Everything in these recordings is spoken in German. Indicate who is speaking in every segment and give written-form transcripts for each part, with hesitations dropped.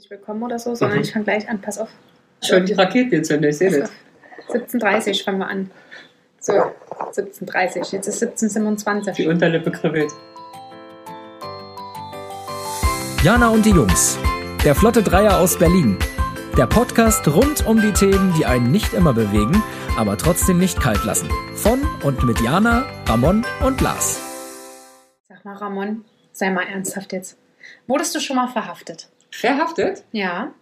Speaker 1: Willkommen oder so, sondern ich fange gleich an. Pass auf.
Speaker 2: Schon die Raketen entzünden, ich sehe das.
Speaker 1: 17:30 fangen wir an. So, 17:30. Jetzt ist 17:27.
Speaker 2: Die Unterlippe kribbelt.
Speaker 3: Jana und die Jungs. Der Flotte Dreier aus Berlin. Der Podcast rund um die Themen, die einen nicht immer bewegen, aber trotzdem nicht kalt lassen. Von und mit Jana, Ramon und Lars.
Speaker 1: Sag mal, Ramon, sei mal ernsthaft jetzt. Wurdest du schon mal verhaftet?
Speaker 2: Verhaftet?
Speaker 1: Ja.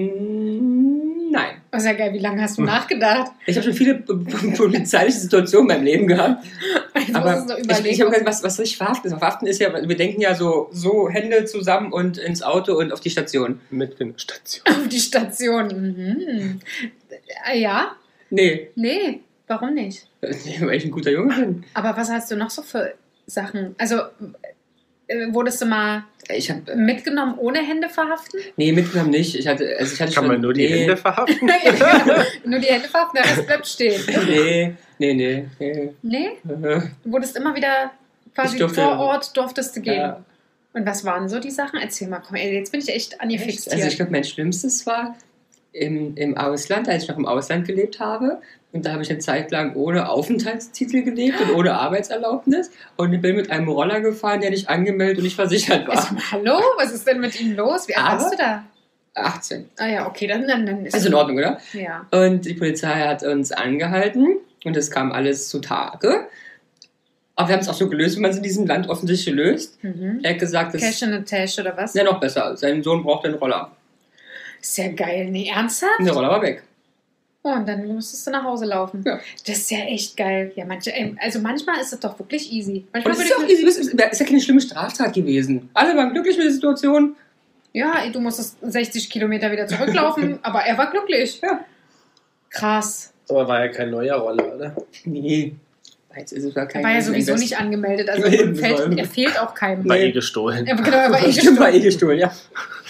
Speaker 2: Nein.
Speaker 1: Oh, sehr geil. Wie lange hast du nachgedacht?
Speaker 2: Ich habe schon viele polizeiliche Situationen in meinem Leben gehabt. Aber ich habe gesagt, was soll ich verhaften? Verhaften ist ja, wir denken ja so Hände zusammen und ins Auto und auf die Station.
Speaker 4: Mit in der Station.
Speaker 1: Auf die Station. Mhm. Ja?
Speaker 2: Nee.
Speaker 1: Nee, warum nicht?
Speaker 2: Weil ich ein guter Junge bin.
Speaker 1: Aber was hast du noch so für Sachen? Also, wurdest du mal mitgenommen ohne Hände verhaften?
Speaker 2: Nee, mitgenommen nicht. Ich hatte
Speaker 4: Kann
Speaker 2: schon,
Speaker 4: man nur die Hände verhaften?
Speaker 1: Ja, genau. Nur die Hände verhaften, der Rest bleibt stehen.
Speaker 2: Nee.
Speaker 1: Nee? Du wurdest immer wieder quasi vor Ort, durftest du gehen.
Speaker 2: Ja.
Speaker 1: Und was waren so die Sachen? Erzähl mal, komm, ey, jetzt bin ich echt angefixt
Speaker 2: Also
Speaker 1: hier.
Speaker 2: ich glaube, mein Schlimmstes war im Ausland, als ich noch im Ausland gelebt habe. Und da habe ich eine Zeit lang ohne Aufenthaltstitel gelebt und ohne Arbeitserlaubnis. Und ich bin mit einem Roller gefahren, der nicht angemeldet und nicht versichert war.
Speaker 1: Hallo? Was ist denn mit ihm los? Wie alt warst du da?
Speaker 2: 18.
Speaker 1: Ah ja, okay, dann ist
Speaker 2: Also in Ordnung, oder?
Speaker 1: Ja.
Speaker 2: Und die Polizei hat uns angehalten und es kam alles zutage. Aber wir haben es auch so gelöst, wie man es in diesem Land offensichtlich löst.
Speaker 1: Mhm.
Speaker 2: Er hat gesagt, das
Speaker 1: Cash in a Tash oder was?
Speaker 2: ist ja noch besser. Sein Sohn braucht einen Roller.
Speaker 1: Ist ja geil. Nee, ernsthaft?
Speaker 2: Und der Roller war weg.
Speaker 1: Oh, und dann musstest du nach Hause laufen.
Speaker 2: Ja.
Speaker 1: Das ist ja echt geil. Ja, manchmal ist es doch wirklich easy.
Speaker 2: Und
Speaker 1: Manchmal
Speaker 2: es ist auch easy, ist ja keine schlimme Straftat gewesen. Alle waren glücklich mit der Situation.
Speaker 1: Ja, du musstest 60 Kilometer wieder zurücklaufen, aber er war glücklich.
Speaker 2: Ja.
Speaker 1: Krass.
Speaker 4: Aber war ja kein neuer Roller, oder?
Speaker 2: Nee. Jetzt ist es gar kein
Speaker 1: Er war ja sowieso
Speaker 2: Invest.
Speaker 1: nicht angemeldet, also
Speaker 2: Nee,
Speaker 1: er fehlt auch keinem.
Speaker 4: War gestohlen.
Speaker 1: Ja, genau, er war
Speaker 2: Stimmt, war gestohlen, ja.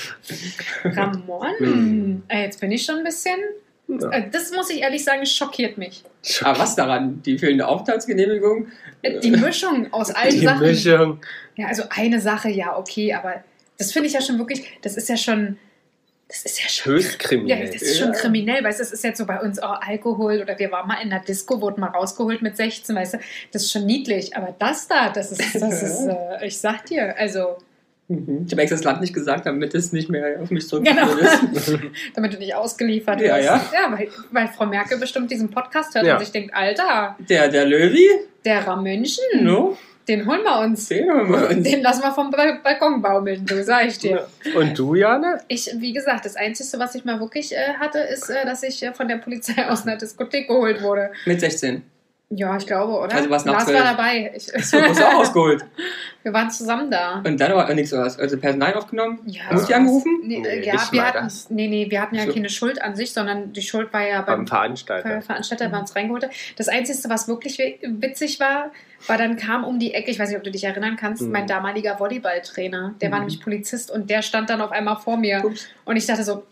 Speaker 1: Ramon, jetzt bin ich schon ein bisschen...
Speaker 4: Ja.
Speaker 1: Das muss ich ehrlich sagen, schockiert mich.
Speaker 2: Aber was daran? Die fehlende Aufenthaltsgenehmigung?
Speaker 1: Die Mischung aus allen
Speaker 4: Die
Speaker 1: Sachen.
Speaker 4: Mischung.
Speaker 1: Ja, also eine Sache, ja, okay, aber das finde ich ja schon wirklich, das ist ja schon
Speaker 4: Höchst
Speaker 1: ja,
Speaker 4: kriminell.
Speaker 1: das ist schon kriminell, weißt du, das ist jetzt so bei uns, Alkohol oder wir waren mal in der Disco, wurden mal rausgeholt mit 16, weißt du, das ist schon niedlich, aber das ist ich sag dir, also...
Speaker 2: Ich habe extra das Land nicht gesagt, damit es nicht mehr auf mich zurückgeführt
Speaker 1: Genau,
Speaker 2: ist.
Speaker 1: damit du nicht ausgeliefert
Speaker 2: Ja,
Speaker 1: wirst.
Speaker 2: ja.
Speaker 1: Ja, weil Frau Merkel bestimmt diesen Podcast hört
Speaker 4: Ja.
Speaker 1: und sich denkt, Alter,
Speaker 2: Der Löwy?
Speaker 1: der Ramünchen,
Speaker 2: No?
Speaker 1: den holen wir uns.
Speaker 2: Den haben wir uns.
Speaker 1: Den lassen wir vom Balkon baumeln, so sag ich dir.
Speaker 4: Ja. Und du, Jana?
Speaker 1: Wie gesagt, das Einzige, was ich mal wirklich hatte, ist, dass ich von der Polizei aus einer Diskothek geholt wurde.
Speaker 2: Mit 16.
Speaker 1: Ja, ich glaube, oder?
Speaker 2: Also war's nach
Speaker 1: Lars
Speaker 2: 12.
Speaker 1: war dabei.
Speaker 2: So, hast du auch ausgeholt.
Speaker 1: Wir waren zusammen da.
Speaker 2: Und dann war nichts was. Also Personal aufgenommen?
Speaker 1: Ja,
Speaker 2: Hast du die angerufen?
Speaker 1: Nee,
Speaker 4: Nee,
Speaker 1: ja,
Speaker 4: nicht
Speaker 1: wir
Speaker 4: mal
Speaker 1: hatten,
Speaker 4: das.
Speaker 1: wir hatten ja
Speaker 2: So.
Speaker 1: keine Schuld an sich, sondern die Schuld war ja
Speaker 4: Beim Veranstalter.
Speaker 1: Veranstalter, der uns reingeholt hat. Das Einzige, was wirklich witzig war, dann kam um die Ecke, ich weiß nicht, ob du dich erinnern kannst, mein damaliger Volleyballtrainer, der war nämlich Polizist und der stand dann auf einmal vor mir.
Speaker 2: Ups.
Speaker 1: Und ich dachte so,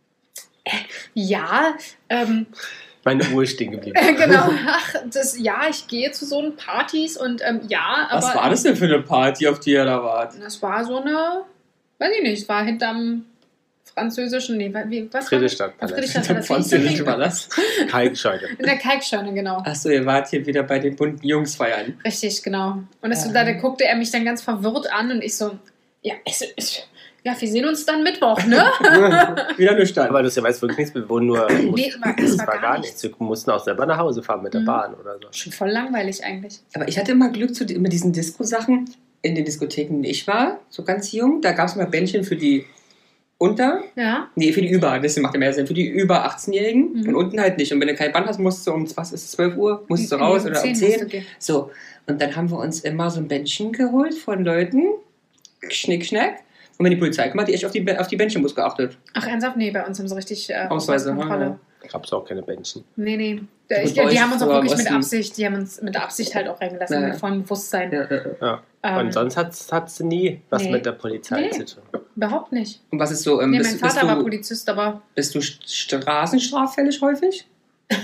Speaker 1: ja,
Speaker 4: Meine Uhr ist stehen geblieben.
Speaker 1: genau, ich gehe zu so einen und ja, aber...
Speaker 2: Was war das denn für eine Party, auf die ihr da wart?
Speaker 1: Das war so eine, weiß ich nicht, es war hinterm französischen, was
Speaker 4: Friedrichstadtpalast.
Speaker 1: Friedrichstadtpalast.
Speaker 2: Fandst du nicht mal das?
Speaker 4: Kalkscheune.
Speaker 1: In der Kalkscheune, genau.
Speaker 2: Achso, ihr wart hier wieder bei den bunten Jungs feiern.
Speaker 1: Richtig, genau. Und da guckte er mich dann ganz verwirrt an und ich so, ja, wir sehen uns dann Mittwoch, ne?
Speaker 2: Wieder nüchtern.
Speaker 4: Aber das ja weiß wirklich nichts. Wir wurden nur.
Speaker 1: Nee, es
Speaker 4: war gar nichts. Wir mussten auch selber nach Hause fahren mit der Bahn oder so.
Speaker 1: Schon voll langweilig eigentlich.
Speaker 2: Aber ich hatte immer Glück mit diesen Disco-Sachen in den Diskotheken, in denen ich war, so ganz jung. Da gab es mal Bändchen für die für die über, das macht ja mehr Sinn, für die über 18-Jährigen und unten halt nicht. Und wenn du kein Band hast, musst du um 12 Uhr, musst du raus oder um 10. So, und dann haben wir uns immer so ein Bändchen geholt von Leuten, Schnick, Schnack. Und wenn die Polizei kam, hat die echt auf die Bändchenbus geachtet.
Speaker 1: Ach, ernsthaft? Nee, bei uns haben sie richtig
Speaker 2: Ausweise,
Speaker 1: Ausweiskontrolle.
Speaker 4: Gab es auch keine Bändchen.
Speaker 1: Nee.
Speaker 2: Gut, bei
Speaker 1: Die
Speaker 2: euch
Speaker 1: haben uns auch
Speaker 2: früher
Speaker 1: wirklich
Speaker 2: am
Speaker 1: mit
Speaker 2: Osten.
Speaker 1: Absicht, halt auch reingelassen,
Speaker 2: Ja.
Speaker 1: mit vollem Bewusstsein.
Speaker 2: Ja.
Speaker 4: Ja. Und sonst hat sie nie was
Speaker 1: Nee.
Speaker 4: mit der Polizei
Speaker 1: Nee.
Speaker 4: zu tun.
Speaker 1: Überhaupt nicht.
Speaker 2: Und was ist so,
Speaker 1: Nee,
Speaker 2: bist,
Speaker 1: mein
Speaker 2: bist,
Speaker 1: Vater war
Speaker 2: du,
Speaker 1: Polizist, aber
Speaker 2: bist du straßenstraffällig häufig?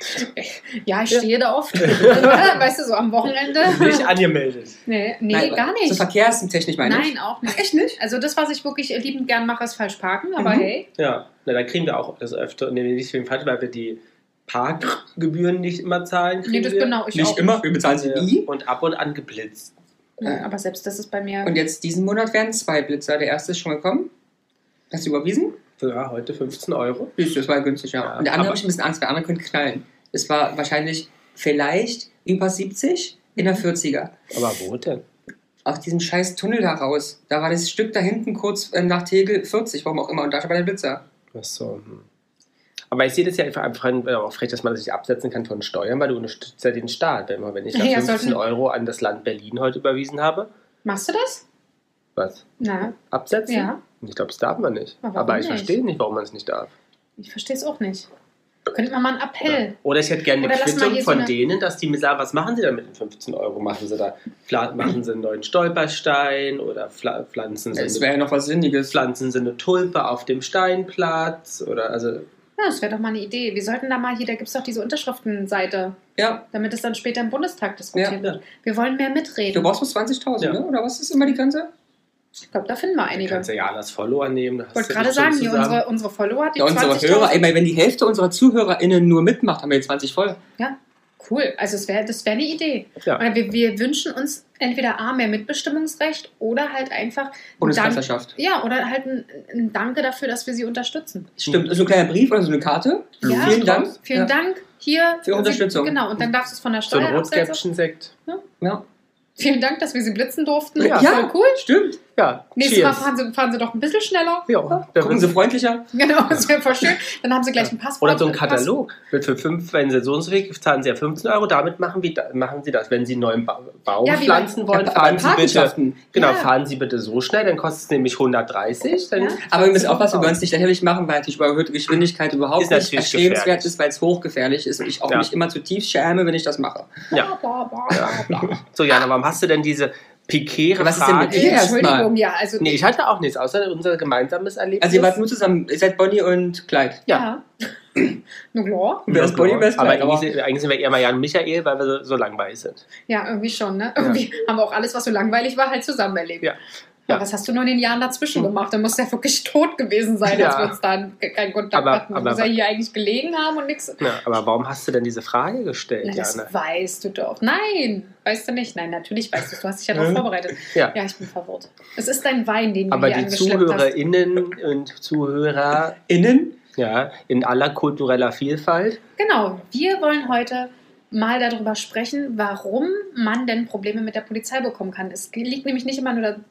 Speaker 1: Ja, ich stehe da oft. Weißt du, so am Wochenende.
Speaker 4: Nicht angemeldet.
Speaker 1: Nee, nein, gar nicht.
Speaker 2: So verkehrstechnisch meine ich?
Speaker 1: Nein, auch nicht.
Speaker 2: Ach, echt nicht?
Speaker 1: Also das, was ich wirklich liebend gern mache, ist falsch parken, aber hey.
Speaker 4: Ja, dann kriegen wir auch das öfter, nicht wegen falsch, weil wir die Parkgebühren nicht immer zahlen.
Speaker 1: Nee, das genau, ich
Speaker 2: nicht
Speaker 1: auch
Speaker 2: immer, wir bezahlen sie nie.
Speaker 4: Und ab und an geblitzt.
Speaker 1: Ja, aber selbst das ist bei mir...
Speaker 2: Und jetzt diesen Monat werden 2 Blitzer. Der erste ist schon gekommen. Hast du überwiesen?
Speaker 4: Ja, heute 15 €.
Speaker 2: Das war günstig, ja. Und der andere habe ich ein bisschen Angst, weil andere können knallen. Es war wahrscheinlich vielleicht über 70 in der 40er.
Speaker 4: Aber wo denn?
Speaker 2: Auf diesen scheiß Tunnel da raus. Da war das Stück da hinten kurz nach Tegel 40, warum auch immer. Und da war der Blitzer.
Speaker 4: Ach so. Aber ich sehe das ja einfach auch frech, dass man sich absetzen kann von Steuern, weil du unterstützt ja den Staat. Wenn ich da 15 € an das Land Berlin heute überwiesen habe.
Speaker 1: Machst du das?
Speaker 4: Was?
Speaker 1: Na.
Speaker 4: Absetzen?
Speaker 1: Ja.
Speaker 4: Ich glaube, das darf man nicht.
Speaker 1: Aber
Speaker 4: ich verstehe nicht, warum man es nicht darf.
Speaker 1: Ich verstehe es auch nicht. Könnte man mal einen Appell.
Speaker 4: Ja. Oder ich hätte gerne eine Quittung von denen, dass die mir sagen, was machen sie da mit den 15 €? Machen sie einen neuen Stolperstein oder pflanzen sie
Speaker 2: das wäre ja noch was Sinniges.
Speaker 4: Pflanzen sie eine Tulpe auf dem Steinplatz oder also.
Speaker 1: Ja, das wäre doch mal eine Idee. Wir sollten da mal hier, da gibt es doch diese Unterschriftenseite.
Speaker 2: Ja.
Speaker 1: Damit es dann später im Bundestag diskutiert wird. Wir wollen mehr mitreden.
Speaker 2: Du brauchst bloß 20.000, ne? Oder was ist immer die Grenze?
Speaker 1: Ich glaube, da finden wir einige.
Speaker 4: Du kannst ja Janas Follower nehmen.
Speaker 1: Ich wollte gerade sagen, hier unsere Follower, die 20.000.
Speaker 2: Unsere Hörer, wenn die Hälfte unserer ZuhörerInnen nur mitmacht, haben wir jetzt 20 voll.
Speaker 1: Ja, cool. Also das wäre eine Idee.
Speaker 4: Ja.
Speaker 1: Wir wünschen uns entweder mehr Mitbestimmungsrecht oder halt einfach
Speaker 2: Bundeskanzlerschaft.
Speaker 1: Ja, oder halt ein Danke dafür, dass wir sie unterstützen.
Speaker 2: Stimmt, so ein kleiner Brief oder so eine Karte.
Speaker 1: Ja,
Speaker 2: vielen Dank.
Speaker 1: Vielen Dank hier
Speaker 2: für Unterstützung.
Speaker 1: Genau, und dann darfst du es von der Steuer
Speaker 4: absetzen. So ein Rotkäppchen-Sekt.
Speaker 2: Ja.
Speaker 1: Vielen Dank, dass wir sie blitzen durften.
Speaker 2: Ja,
Speaker 1: voll cool.
Speaker 2: Stimmt.
Speaker 4: Ja,
Speaker 1: nächstes Mal fahren sie doch ein bisschen schneller.
Speaker 4: Ja.
Speaker 2: Gucken sie freundlicher.
Speaker 1: Genau, das wäre voll schön. Dann haben sie gleich ein Passwort.
Speaker 4: Oder so ein Katalog. Wenn sie so und so viel zahlen sie ja 15 €. Damit machen sie das. Wenn sie einen neuen Baum pflanzen wollen, fahren Sie bitte so schnell. Dann kostet es nämlich 130.
Speaker 2: Aber wir müssen aufpassen, wir wollen es nicht lächerlich machen, weil natürlich überhöhte Geschwindigkeit überhaupt nicht erstrebenswert ist, weil es hochgefährlich ist und ich auch mich immer zutiefst schäme, wenn ich das mache.
Speaker 4: Ja. So, Jana, warum hast du denn diese pikäre
Speaker 2: Was ist denn mit dir
Speaker 1: Entschuldigung, ja. Also
Speaker 4: nee, ich hatte auch nichts, außer unser gemeinsames Erlebnis.
Speaker 2: Also ihr wart nur zusammen, ihr seid Bonnie und Clyde.
Speaker 1: Ja. Nur klar.
Speaker 2: Wer ist Bonnie, wer ist Clyde?
Speaker 4: Aber eigentlich sind wir eher mal Jan und Michael, weil wir so langweilig sind.
Speaker 1: Ja, irgendwie schon, ne? Irgendwie haben wir auch alles, was so langweilig war, halt zusammen erlebt.
Speaker 4: Ja.
Speaker 1: Ja, was hast du nur in den Jahren dazwischen gemacht? Da muss ja wirklich tot gewesen sein, als wir uns da keinen Kontakt hatten. Wir müssen ja hier eigentlich gelegen haben und nichts.
Speaker 4: Ja, aber warum hast du denn diese Frage gestellt,
Speaker 1: Na, das
Speaker 4: Jana?
Speaker 1: weißt du doch. Nein, weißt du nicht. Nein, natürlich weißt du es. Du hast dich ja darauf vorbereitet.
Speaker 4: Ja,
Speaker 1: ich bin verwirrt. Es ist dein Wein, den du
Speaker 4: aber
Speaker 1: hier angeschleppt hast.
Speaker 4: Aber die ZuhörerInnen und ZuhörerInnen, ja, in aller kultureller Vielfalt.
Speaker 1: Genau, wir wollen heute mal darüber sprechen, warum man denn Probleme mit der Polizei bekommen kann. Es liegt nämlich nicht immer nur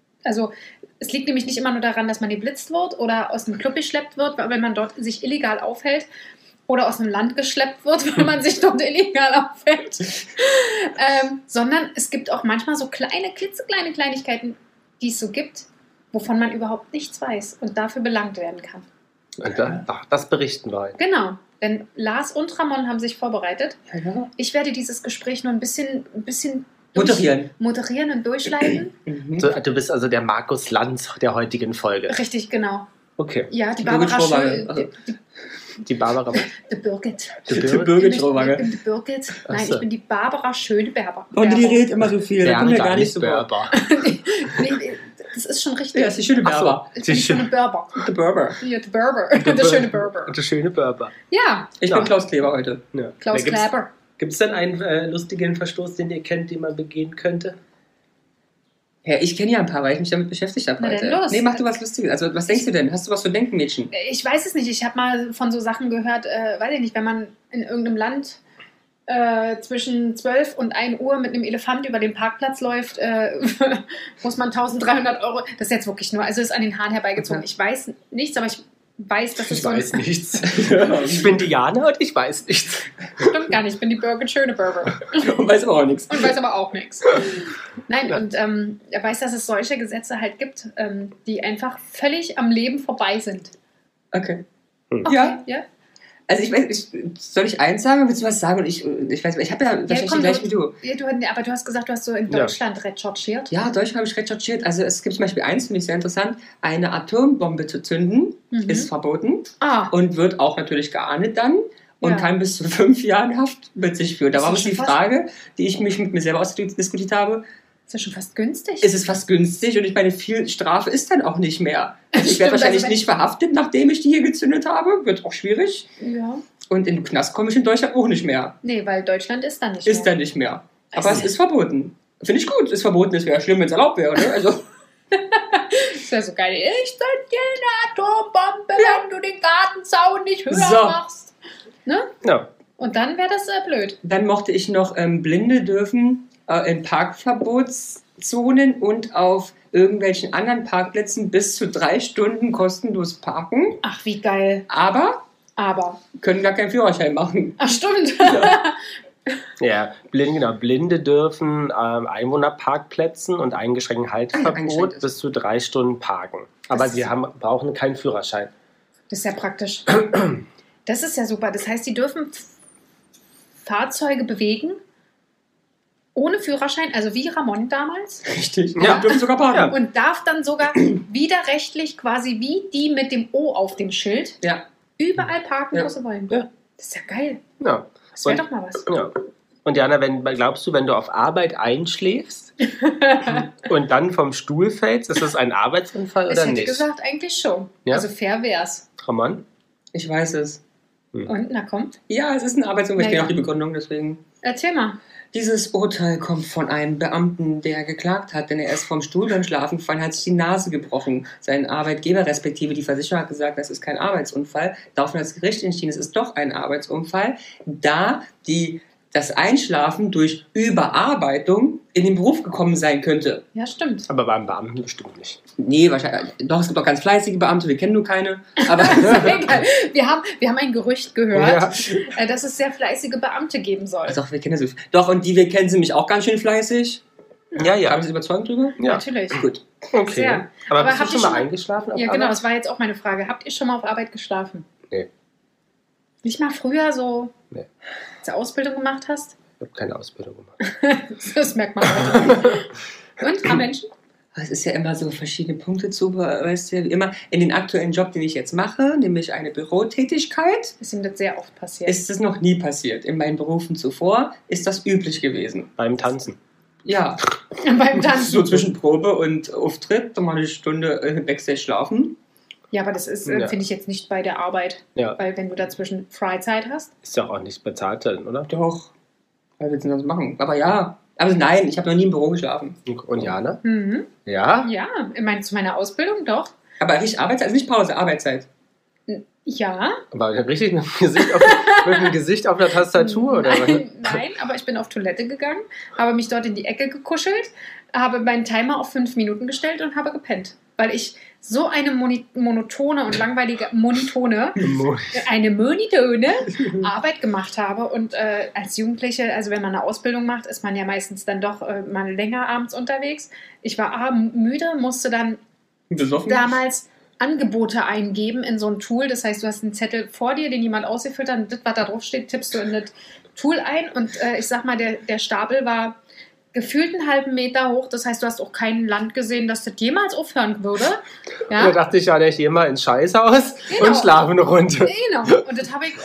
Speaker 1: daran, dass man geblitzt wird oder aus dem Club geschleppt wird, wenn man dort sich illegal aufhält, oder aus dem Land geschleppt wird, wenn man sich dort illegal aufhält, sondern es gibt auch manchmal so klitzekleine Kleinigkeiten, die es so gibt, wovon man überhaupt nichts weiß und dafür belangt werden kann.
Speaker 4: Und das berichten wir heute.
Speaker 1: Genau, denn Lars und Ramon haben sich vorbereitet.
Speaker 2: Ja.
Speaker 1: Ich werde dieses Gespräch nur ein bisschen moderieren und durchleiten.
Speaker 4: So, du bist also der Markus Lanz der heutigen Folge.
Speaker 1: Richtig, genau.
Speaker 4: Okay.
Speaker 1: Ja, die Barbara Schöll.
Speaker 4: Die Barbara.
Speaker 1: Die Birgit.
Speaker 2: Die Birgit Schrowange.
Speaker 1: Ich bin die Birgit. Nein, ich bin die Barbara Schöneberger.
Speaker 2: Und die redet immer so viel. Da kommt ja gar nicht so
Speaker 4: Berber.
Speaker 1: Nee, das ist schon richtig.
Speaker 2: Ja, ist die schöne Berber.
Speaker 1: Ich bin die schöne Berber.
Speaker 2: The Berber.
Speaker 1: Ja, the Berber. Der schöne Berber.
Speaker 4: Der schöne Berber.
Speaker 1: Ja.
Speaker 2: Ich bin Klaus Kleber heute.
Speaker 4: Ja.
Speaker 1: Klaus Kleber.
Speaker 4: Gibt es denn einen lustigen Verstoß, den ihr kennt, den man begehen könnte?
Speaker 2: Ja, ich kenne ja ein paar, weil ich mich damit beschäftigt habe heute. Nee, mach du was Lustiges. Also, was denkst du denn? Hast du was zu denken, Mädchen?
Speaker 1: Ich weiß es nicht. Ich habe mal von so Sachen gehört, weiß ich nicht, wenn man in irgendeinem Land zwischen 12 und 1 Uhr mit einem Elefant über den Parkplatz läuft, muss man 1.300 €. Das ist jetzt wirklich nur, also ist an den Haaren herbeigezogen. Ich weiß nichts, aber ich weiß, dass es so...
Speaker 4: Ich weiß nichts. Ich bin Diana und ich weiß nichts.
Speaker 1: Stimmt gar nicht, ich bin die Birgit Schöneberger.
Speaker 2: Und weiß aber auch nichts.
Speaker 1: Nein, und er weiß, dass es solche Gesetze halt gibt, die einfach völlig am Leben vorbei sind.
Speaker 2: Okay.
Speaker 1: Ja.
Speaker 2: Also ich weiß, soll ich eins sagen oder willst du was sagen? Und ich weiß, ich habe ja wahrscheinlich gleich wie du.
Speaker 1: Ja, aber du hast gesagt, du hast so in Deutschland recherchiert.
Speaker 2: Ja, Deutschland habe ich recherchiert. Also es gibt zum Beispiel eins, finde ich sehr interessant, eine Atombombe zu zünden ist verboten und wird auch natürlich geahndet dann. und kann bis zu 5 Jahren Haft mit sich führen. Da war die Frage, die ich mich mit mir selber ausdiskutiert habe.
Speaker 1: Ist ja schon fast günstig.
Speaker 2: Ist es fast günstig und ich meine, viel Strafe ist dann auch nicht mehr. Also ich werde wahrscheinlich nicht verhaftet, nachdem ich die hier gezündet habe. Wird auch schwierig.
Speaker 1: Ja.
Speaker 2: Und in den Knast komme ich in Deutschland auch nicht mehr.
Speaker 1: Nee, weil Deutschland ist da nicht mehr.
Speaker 2: Ist da nicht mehr. Aber es ist verboten. Finde ich gut. Ist verboten, es wäre schlimm, wenn es erlaubt wäre. Ne? Also.
Speaker 1: Das wäre so geil. Ich zünd dir eine Atombombe, wenn du den Gartenzaun nicht höher machst. Ne?
Speaker 4: Ja.
Speaker 1: Und dann wäre das blöd.
Speaker 2: Dann mochte ich noch Blinde dürfen in Parkverbotszonen und auf irgendwelchen anderen Parkplätzen bis zu 3 Stunden kostenlos parken.
Speaker 1: Ach, wie geil.
Speaker 2: Aber können gar keinen Führerschein machen.
Speaker 1: Ach, stimmt.
Speaker 4: Ja, Blinde dürfen Einwohnerparkplätzen und eingeschränkten Halteverbot bis zu 3 Stunden parken. Aber sie brauchen keinen Führerschein.
Speaker 1: Das ist ja praktisch. Das ist ja super. Das heißt, sie dürfen Fahrzeuge bewegen ohne Führerschein, also wie Ramon damals.
Speaker 2: Richtig, ja. Dürfen sogar parken.
Speaker 1: Und darf dann sogar widerrechtlich quasi wie die mit dem O auf dem Schild überall parken, wo sie wollen.
Speaker 4: Ja.
Speaker 1: Das ist ja geil.
Speaker 4: Ja.
Speaker 1: Das wäre doch mal was.
Speaker 4: Ja. Und Jana, glaubst du, wenn du auf Arbeit einschläfst und dann vom Stuhl fällst, ist das ein Arbeitsunfall oder nicht?
Speaker 1: Ich hätte gesagt, eigentlich schon. Ja? Also fair wär's.
Speaker 4: Ramon?
Speaker 2: Ich weiß es.
Speaker 1: Und, na kommt?
Speaker 2: Ja, es ist ein Arbeitsunfall. Ich kenne auch die Begründung, deswegen.
Speaker 1: Erzähl mal.
Speaker 2: Dieses Urteil kommt von einem Beamten, der geklagt hat, denn er ist vom Stuhl beim Schlafen gefallen, hat sich die Nase gebrochen. Sein Arbeitgeber, respektive die Versicherung, hat gesagt, das ist kein Arbeitsunfall. Daraufhin hat das Gericht entschieden, es ist doch ein Arbeitsunfall, da das Einschlafen durch Überarbeitung in den Beruf gekommen sein könnte.
Speaker 1: Ja, stimmt.
Speaker 4: Aber beim Beamten bestimmt nicht.
Speaker 2: Nee, wahrscheinlich. Doch, es gibt auch ganz fleißige Beamte, wir kennen nur keine. Aber
Speaker 1: wir haben ein Gerücht gehört, dass es sehr fleißige Beamte geben soll.
Speaker 2: Doch, wir kennen sie. Doch, und die wir kennen, sind nämlich auch ganz schön fleißig.
Speaker 4: Ja.
Speaker 2: Haben Sie überzeugt drüber?
Speaker 1: Ja. Natürlich.
Speaker 2: Gut.
Speaker 4: Okay.
Speaker 1: Sehr.
Speaker 4: Aber bist du schon mal eingeschlafen auf
Speaker 1: Arbeit? Ja,
Speaker 4: Arbeit?
Speaker 1: genau, das war jetzt auch meine Frage. Habt ihr schon mal auf Arbeit geschlafen?
Speaker 4: Nee.
Speaker 1: Nicht mal früher so,
Speaker 4: nee.
Speaker 1: Als du Ausbildung gemacht hast?
Speaker 4: Ich habe keine Ausbildung gemacht.
Speaker 1: Das merkt man heute. Und, paar Menschen?
Speaker 2: Es ist ja immer so verschiedene Punkte zu, weißt du, immer in den aktuellen Job, den ich jetzt mache, nämlich eine Bürotätigkeit.
Speaker 1: Ist Ihnen das sehr oft passiert?
Speaker 2: Ist das noch nie passiert. In meinen Berufen zuvor ist das üblich gewesen.
Speaker 4: Beim Tanzen?
Speaker 2: Ja.
Speaker 1: Beim Tanzen?
Speaker 2: So zwischen Probe und Auftritt, dann mal eine Stunde Backstage schlafen.
Speaker 1: Ja, aber das ist, finde ich, jetzt nicht bei der Arbeit.
Speaker 4: Ja.
Speaker 1: Weil wenn du dazwischen Freizeit hast.
Speaker 4: Ist doch auch nicht bezahlt dann, oder?
Speaker 2: Doch. Was willst du das machen? Aber ja. Aber nein, ich habe noch nie im Büro geschlafen.
Speaker 4: Und Jana?
Speaker 1: Mhm.
Speaker 4: Ja?
Speaker 1: Ja, zu meiner Ausbildung doch.
Speaker 2: Aber richtig Arbeitszeit, also nicht Pause, Arbeitszeit.
Speaker 1: Ja.
Speaker 4: Aber richtig mit dem Gesicht auf der Tastatur, oder?
Speaker 1: Nein, aber ich bin auf Toilette gegangen, habe mich dort in die Ecke gekuschelt, habe meinen Timer auf 5 Minuten gestellt und habe gepennt. Weil ich so eine monotone und langweilige monotone Arbeit gemacht habe. Und als Jugendliche, also wenn man eine Ausbildung macht, ist man ja meistens dann doch mal länger abends unterwegs. Ich war müde, musste dann damals Angebote eingeben in so ein Tool. Das heißt, du hast einen Zettel vor dir, den jemand ausgefüllt hat. Und das, was da drauf steht, tippst du in das Tool ein. Und ich sag mal, der Stapel war gefühlt einen halben Meter hoch. Das heißt, du hast auch kein Land gesehen, das das jemals aufhören würde. Ja?
Speaker 4: Da dachte ich ja, ich gehe mal ins Scheißhaus und schlafe eine Runde.
Speaker 1: Genau. Und das habe ich,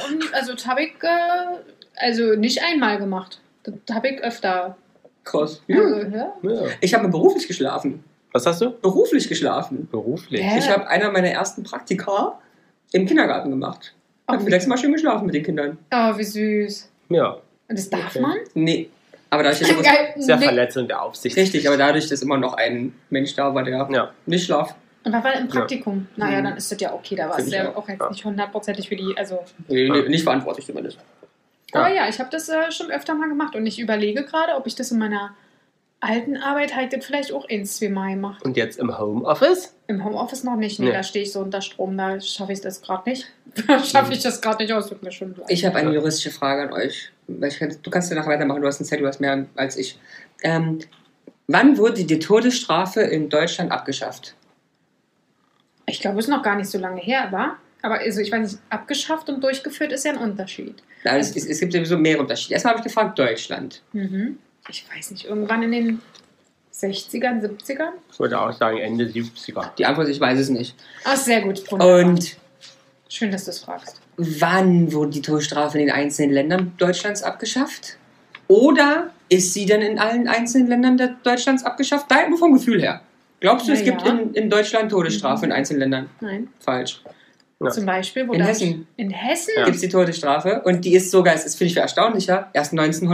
Speaker 1: nicht einmal gemacht. Das habe ich öfter.
Speaker 2: Krass.
Speaker 1: Also,
Speaker 2: ja. Ich habe beruflich geschlafen.
Speaker 4: Was hast du?
Speaker 2: Beruflich geschlafen.
Speaker 4: Beruflich?
Speaker 2: Ich habe einer meiner ersten Praktika im Kindergarten gemacht. Ich habe vielleicht mal schön geschlafen mit den Kindern.
Speaker 1: Oh, wie süß.
Speaker 4: Ja.
Speaker 1: Und das darf man?
Speaker 2: Nee. Aber dadurch,
Speaker 4: sehr verletzend der Aufsicht.
Speaker 2: Richtig, aber dadurch, dass immer noch ein Mensch da war, der nicht schlaft.
Speaker 1: Und was war im Praktikum? Ja. Naja, dann ist das ja okay. Da war es ja auch jetzt nicht 100%ig für die. Also
Speaker 2: nee, nicht verantwortlich zumindest.
Speaker 1: Aber ja, ich habe das schon öfter mal gemacht und ich überlege gerade, ob ich das in meiner alten Arbeit halt vielleicht auch 1-2 Mal gemacht.
Speaker 4: Und jetzt im Homeoffice?
Speaker 1: Im Homeoffice noch nicht. Nee, da stehe ich so unter Strom, da schaffe ich das gerade nicht. Aus, tut mir schon leid.
Speaker 2: Ich habe eine juristische Frage an euch. Du kannst ja nachher weitermachen, du hast ein Zettel, du hast mehr als ich. Wann wurde die Todesstrafe in Deutschland abgeschafft?
Speaker 1: Ich glaube, es ist noch gar nicht so lange her, aber also ich weiß nicht, abgeschafft und durchgeführt ist ja ein Unterschied.
Speaker 2: Also es gibt sowieso mehrere Unterschiede. Erstmal habe ich gefragt, Deutschland.
Speaker 1: Ich weiß nicht, irgendwann in den 60ern, 70ern?
Speaker 4: Ich würde auch sagen Ende 70er.
Speaker 2: Die Antwort, ich weiß es nicht.
Speaker 1: Ach, sehr gut. Wunderbar.
Speaker 2: Und
Speaker 1: Schön, dass du es fragst.
Speaker 2: Wann wurde die Todesstrafe in den einzelnen Ländern Deutschlands abgeschafft? Oder ist sie denn in allen einzelnen Ländern Deutschlands abgeschafft? Da nur vom Gefühl her. Glaubst du, es gibt in Deutschland Todesstrafe in einzelnen Ländern?
Speaker 1: Nein.
Speaker 2: Falsch.
Speaker 1: Ja. Zum Beispiel,
Speaker 2: in Hessen.
Speaker 1: In Hessen?
Speaker 2: Gibt es die Todesstrafe. Und die ist sogar, das finde ich viel erstaunlicher, erst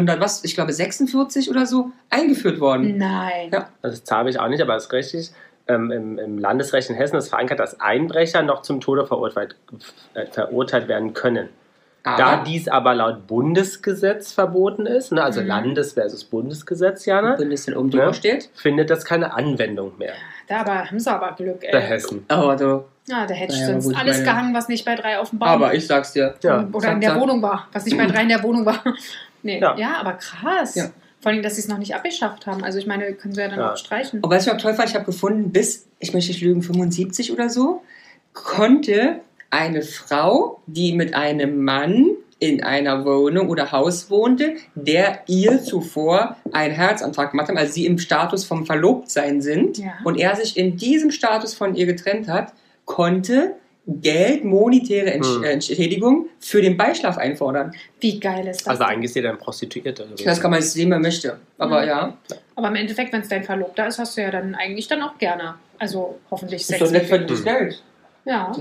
Speaker 2: 1946 oder so eingeführt worden.
Speaker 1: Nein.
Speaker 2: Ja.
Speaker 4: Das habe ich auch nicht, aber das ist richtig. Im Landesrecht in Hessen ist verankert, dass Einbrecher noch zum Tode verurteilt werden können. Da dies aber laut Bundesgesetz verboten ist, ne, also Landes- versus Bundesgesetz, Jana,
Speaker 2: wenn es denn oben drüber steht,
Speaker 4: findet das keine Anwendung mehr.
Speaker 1: Da haben sie aber Glück, ey.
Speaker 4: Der Hessen.
Speaker 2: Aber du.
Speaker 1: Ja, da hätte ich sonst alles gehangen, was nicht bei 3 auf dem Baum
Speaker 2: Aber ich sag's dir.
Speaker 1: Ja. Oder in der Wohnung war, was nicht bei 3 in der Wohnung war. Nee. Ja, aber krass. Ja. Vor allem, dass sie es noch nicht abgeschafft haben. Also ich meine, können sie ja dann auch streichen.
Speaker 2: Und was ich auch toll fand, ich habe gefunden, bis, ich möchte nicht lügen, 75 oder so, konnte eine Frau, die mit einem Mann in einer Wohnung oder Haus wohnte, der ihr zuvor einen Heiratsantrag gemacht hat, also sie im Status vom Verlobtsein sind und er sich in diesem Status von ihr getrennt hat, konnte Geld, monetäre Entschädigung für den Beischlaf einfordern.
Speaker 1: Wie geil ist das?
Speaker 4: Also eigentlich ist sie dann Prostituierte.
Speaker 2: Das kann man sehen, man möchte. Aber ja.
Speaker 1: Aber im Endeffekt, wenn es dein Verlobter ist, hast du ja dann eigentlich dann auch gerne. Also hoffentlich Sex.
Speaker 2: Ist doch nett verdientes Geld.
Speaker 1: Ja.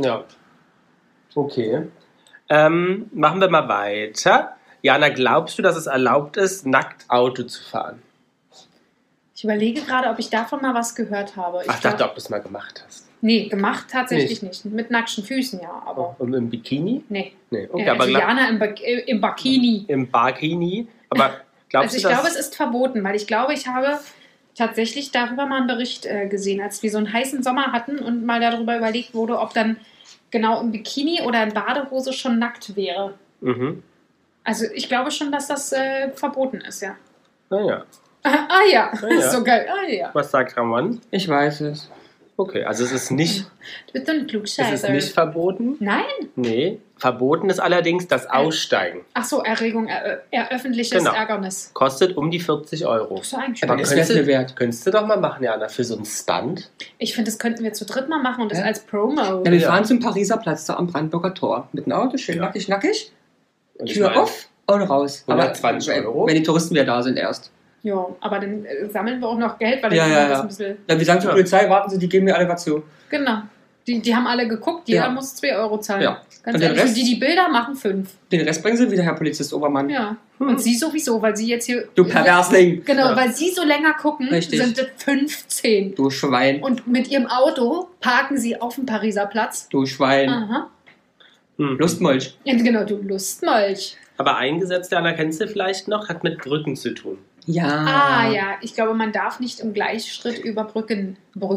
Speaker 4: Okay. Machen wir mal weiter. Jana, glaubst du, dass es erlaubt ist, nackt Auto zu fahren?
Speaker 1: Ich überlege gerade, ob ich davon mal was gehört habe.
Speaker 4: Ich dachte, ob du es mal gemacht hast.
Speaker 1: Nee, gemacht tatsächlich nicht. Mit nackten Füßen, ja. Aber
Speaker 4: und im Bikini?
Speaker 1: Nee.
Speaker 4: Okay,
Speaker 1: also Jana im Bikini.
Speaker 4: Im Bikini. Aber glaubst
Speaker 1: also
Speaker 4: du,
Speaker 1: ich glaube, es ist verboten, weil ich glaube, ich habe tatsächlich darüber mal einen Bericht gesehen, als wir so einen heißen Sommer hatten und mal darüber überlegt wurde, ob dann genau im Bikini oder in Badehose schon nackt wäre.
Speaker 4: Mhm.
Speaker 1: Also ich glaube schon, dass das verboten ist, ja.
Speaker 4: Naja.
Speaker 1: Ja, so geil.
Speaker 4: Was sagt Ramon?
Speaker 2: Ich weiß es.
Speaker 4: Okay, also es ist nicht...
Speaker 1: Du bist so ein Klugscheißer.
Speaker 4: Es ist nicht verboten?
Speaker 1: Nein?
Speaker 4: Nee. Verboten ist allerdings das Aussteigen.
Speaker 1: Ach so, Erregung, öffentliches Ärgernis.
Speaker 4: Kostet um die 40 €.
Speaker 1: Das ist eigentlich
Speaker 2: aber das wäre wert.
Speaker 4: Könntest du doch mal machen, Jana, für so einen Stunt?
Speaker 1: Ich finde, das könnten wir zu dritt mal machen und das als Promo.
Speaker 2: Ja, wir fahren zum Pariser Platz da am Brandenburger Tor. Mit dem Auto, schön nackig. Tür auf und raus.
Speaker 4: 120 €.
Speaker 2: Wenn die Touristen wieder da sind erst.
Speaker 1: Ja, aber dann sammeln wir auch noch Geld, weil
Speaker 2: das
Speaker 1: ein bisschen...
Speaker 2: Ja, wir sagen zur Polizei, warten Sie, die geben mir alle was zu.
Speaker 1: Genau. Die haben alle geguckt, jeder muss 2 € zahlen.
Speaker 2: Ja.
Speaker 1: Ganz
Speaker 2: und
Speaker 1: ehrlich,
Speaker 2: Rest,
Speaker 1: die Bilder machen 5.
Speaker 2: Den Rest bringen sie wieder, Herr Polizist Obermann.
Speaker 1: Ja. Und sie sowieso, weil sie jetzt hier...
Speaker 2: Du Perversling!
Speaker 1: Genau, weil sie so länger gucken, sind es 15.
Speaker 2: Du Schwein.
Speaker 1: Und mit ihrem Auto parken sie auf dem Pariser Platz.
Speaker 2: Du Schwein.
Speaker 1: Aha.
Speaker 2: Lustmolch.
Speaker 1: Ja, genau, du Lustmolch.
Speaker 4: Aber ein Gesetz, Jana, kennst du vielleicht noch, hat mit Brücken zu tun.
Speaker 2: Ja.
Speaker 1: Ja. Ich glaube, man darf nicht im Gleichschritt über Brücken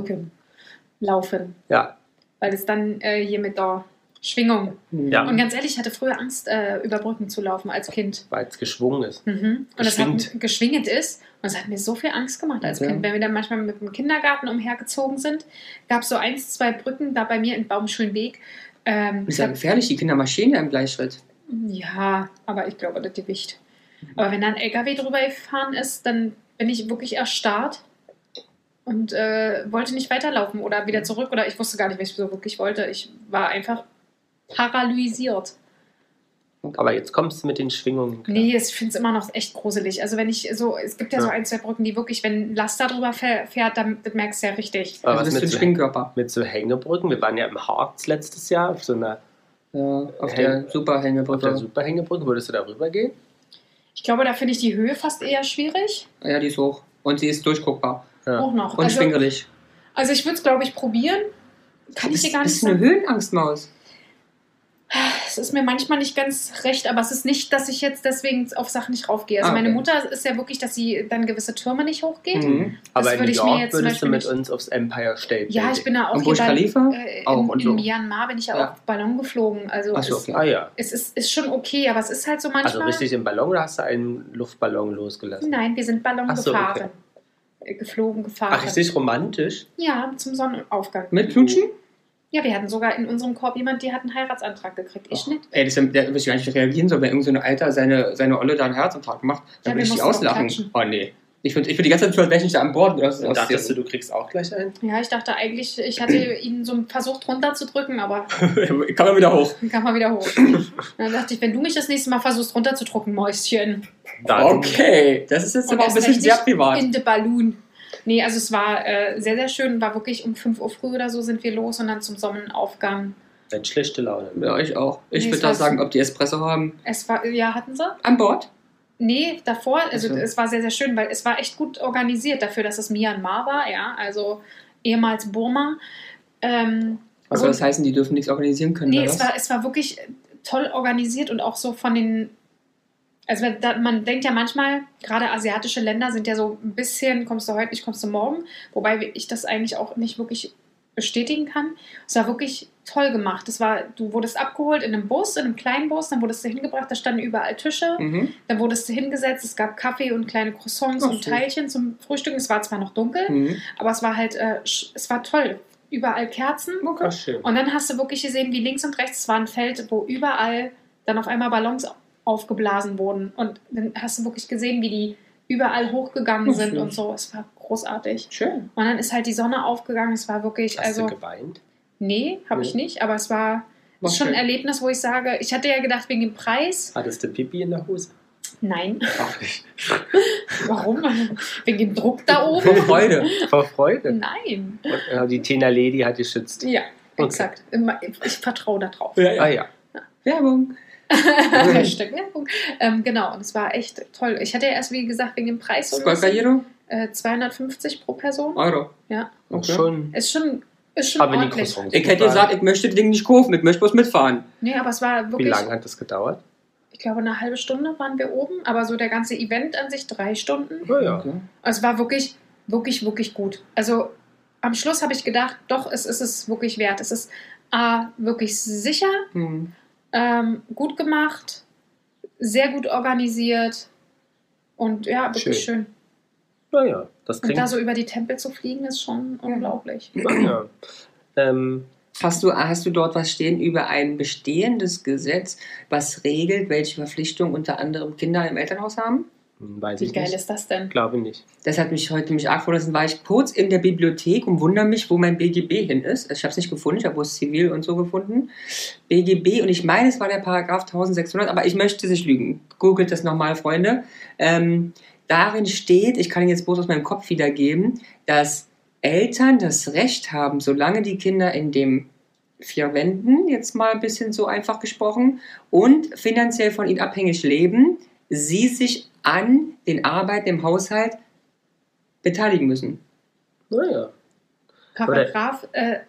Speaker 1: laufen.
Speaker 4: Ja.
Speaker 1: Weil es dann hier mit der Schwingung.
Speaker 4: Ja.
Speaker 1: Und ganz ehrlich, ich hatte früher Angst, über Brücken zu laufen als Kind.
Speaker 4: Weil es geschwungen ist.
Speaker 1: Und es geschwingt ist. Und es hat mir so viel Angst gemacht als Kind. Wenn wir dann manchmal mit dem Kindergarten umhergezogen sind, gab es so 1, 2 Brücken da bei mir in Baumschulenweg.
Speaker 2: Ist ja gefährlich, die Kinder marschieren ja im Gleichschritt.
Speaker 1: Ja, aber ich glaube, das Gewicht. Aber wenn da ein LKW drüber gefahren ist, dann bin ich wirklich erstarrt und wollte nicht weiterlaufen oder wieder zurück. Oder ich wusste gar nicht, was ich so wirklich wollte. Ich war einfach paralysiert.
Speaker 4: Aber jetzt kommst du mit den Schwingungen klar.
Speaker 1: Nee, ich finde es immer noch echt gruselig. Also wenn ich so, es gibt ja so 1, 2 Brücken, die wirklich, wenn ein Laster drüber fährt, dann merkst du ja richtig.
Speaker 4: Aber was
Speaker 2: mit so Schwingkörper?
Speaker 4: Mit so Hängebrücken? Wir waren ja im Harz letztes Jahr auf so einer...
Speaker 2: auf der Superhängebrücke.
Speaker 4: Auf der Superhängebrücke, würdest du da rüber gehen?
Speaker 1: Ich glaube, da finde ich die Höhe fast eher schwierig.
Speaker 2: Ja, die ist hoch. Und sie ist durchguckbar.
Speaker 4: Ja.
Speaker 1: Auch noch.
Speaker 2: Und schwingelig.
Speaker 1: Also ich würde es, glaube ich, probieren. Kann ich dir gar nicht
Speaker 2: sagen. Bist du eine Höhenangstmaus?
Speaker 1: Es ist mir manchmal nicht ganz recht, aber es ist nicht, dass ich jetzt deswegen auf Sachen nicht raufgehe. Also meine Mutter ist ja wirklich, dass sie dann gewisse Türme nicht hochgeht.
Speaker 4: Aber in New York würdest du mit uns aufs Empire State
Speaker 1: Ja, ich bin da auch
Speaker 2: hier
Speaker 1: in Myanmar bin ich ja auch Ballon geflogen. Also es ist schon okay, aber es ist halt so manchmal...
Speaker 4: Also richtig im Ballon oder hast du einen Luftballon losgelassen?
Speaker 1: Nein, wir sind Ballon gefahren. Okay. Gefahren.
Speaker 4: Ach, richtig romantisch?
Speaker 1: Ja, zum Sonnenaufgang.
Speaker 2: Mit Knutschen?
Speaker 1: Ja, wir hatten sogar in unserem Korb jemand, die hat einen Heiratsantrag gekriegt. Ich nicht.
Speaker 2: Ey, der weiß ich gar nicht reagieren soll, wenn irgend so ein Alter seine Olle da einen Heiratsantrag macht, dann will ich die auslachen. Oh nee. Ich bin die ganze Zeit für nicht an Bord.
Speaker 4: Dachtest du kriegst auch gleich einen?
Speaker 1: Ja, ich dachte eigentlich, ich hatte ihn so versucht runterzudrücken, aber...
Speaker 2: Kann man wieder hoch.
Speaker 1: Dann dachte ich, wenn du mich das nächste Mal versuchst runterzudrücken, Mäuschen.
Speaker 2: Okay, das ist jetzt aber auch ein bisschen sehr privat.
Speaker 1: In the Balloon. Nee, also es war sehr, sehr schön. War wirklich um 5 Uhr früh oder so sind wir los und dann zum Sonnenaufgang.
Speaker 4: Eine schlechte Laune.
Speaker 2: Ja, ich auch. Ich würde da sagen, ob die Espresso haben.
Speaker 1: Hatten sie?
Speaker 2: An Bord?
Speaker 1: Nee, davor, also es war sehr, sehr schön, weil es war echt gut organisiert dafür, dass es Myanmar war, ja, also ehemals Burma.
Speaker 2: Also das heißt, die dürfen nichts organisieren können?
Speaker 1: Nee, es war wirklich toll organisiert und auch so von den, also man denkt ja manchmal, gerade asiatische Länder sind ja so ein bisschen, kommst du heute nicht, kommst du morgen, wobei ich das eigentlich auch nicht wirklich bestätigen kann. Es war wirklich toll gemacht. Du wurdest abgeholt in einem Bus, in einem kleinen Bus, dann wurdest du hingebracht, da standen überall Tische, dann wurdest du hingesetzt, es gab Kaffee und kleine Croissants und Teilchen zum Frühstück. Es war zwar noch dunkel, aber es war halt, es war toll. Überall Kerzen.
Speaker 2: Okay.
Speaker 1: Und dann hast du wirklich gesehen, wie links und rechts, es war ein Feld, wo überall dann auf einmal Ballons aufgeblasen wurden. Und dann hast du wirklich gesehen, wie die überall hochgegangen sind und so. Es war großartig.
Speaker 2: Schön.
Speaker 1: Und dann ist halt die Sonne aufgegangen. Es war wirklich...
Speaker 4: Hast du geweint?
Speaker 1: Nee, habe ich nicht. Aber es war schon ein Erlebnis, wo ich sage, ich hatte ja gedacht, wegen dem Preis...
Speaker 4: Hattest du Pipi in der Hose?
Speaker 1: Nein.
Speaker 4: Auch nicht.
Speaker 1: Warum? Wegen dem Druck da oben?
Speaker 2: Vor Freude.
Speaker 4: Vor Freude?
Speaker 1: Nein.
Speaker 4: Und, die Tina Lady hat geschützt.
Speaker 1: Ja, exakt. Ich vertraue da drauf.
Speaker 2: Ja. Werbung.
Speaker 1: Hashtag Werbung. Genau, und es war echt toll. Ich hatte ja erst, wie gesagt, wegen dem Preis so 250 pro Person.
Speaker 2: Euro.
Speaker 1: Ja.
Speaker 2: Okay.
Speaker 1: Ist schon
Speaker 4: aber
Speaker 1: ordentlich.
Speaker 2: Ich hätte gesagt, ich möchte das Ding nicht kaufen, ich möchte bloß mitfahren.
Speaker 1: Nee, aber es war wirklich...
Speaker 4: Wie lange hat das gedauert?
Speaker 1: Ich glaube, eine halbe Stunde waren wir oben, aber so der ganze Event an sich 3 Stunden.
Speaker 4: Ja.
Speaker 2: Okay.
Speaker 1: Also es war wirklich, wirklich, wirklich gut. Also am Schluss habe ich gedacht, doch, es ist es wirklich wert. Es ist wirklich sicher, gut gemacht, sehr gut organisiert und ja, wirklich schön.
Speaker 4: Naja, das klingt...
Speaker 1: Und da so über die Tempel zu fliegen, ist schon unglaublich.
Speaker 4: Ja.
Speaker 2: Hast du dort was stehen über ein bestehendes Gesetz, was regelt, welche Verpflichtungen unter anderem Kinder im Elternhaus haben?
Speaker 1: Wie geil ist das denn?
Speaker 4: Glaube nicht.
Speaker 2: Das hat mich heute nämlich arg verlassen, war ich kurz in der Bibliothek und wundere mich, wo mein BGB hin ist. Ich habe es nicht gefunden, ich habe bloß Zivil und so gefunden. BGB, und ich meine, es war der Paragraph 1600, aber ich möchte nicht lügen. Googelt das nochmal, Freunde. Darin steht, ich kann ihn jetzt bloß aus meinem Kopf wiedergeben, dass Eltern das Recht haben, solange die Kinder in den 4 Wänden, jetzt mal ein bisschen so einfach gesprochen, und finanziell von ihnen abhängig leben, sie sich an den Arbeiten im Haushalt beteiligen müssen.
Speaker 4: Naja.
Speaker 1: Paragraph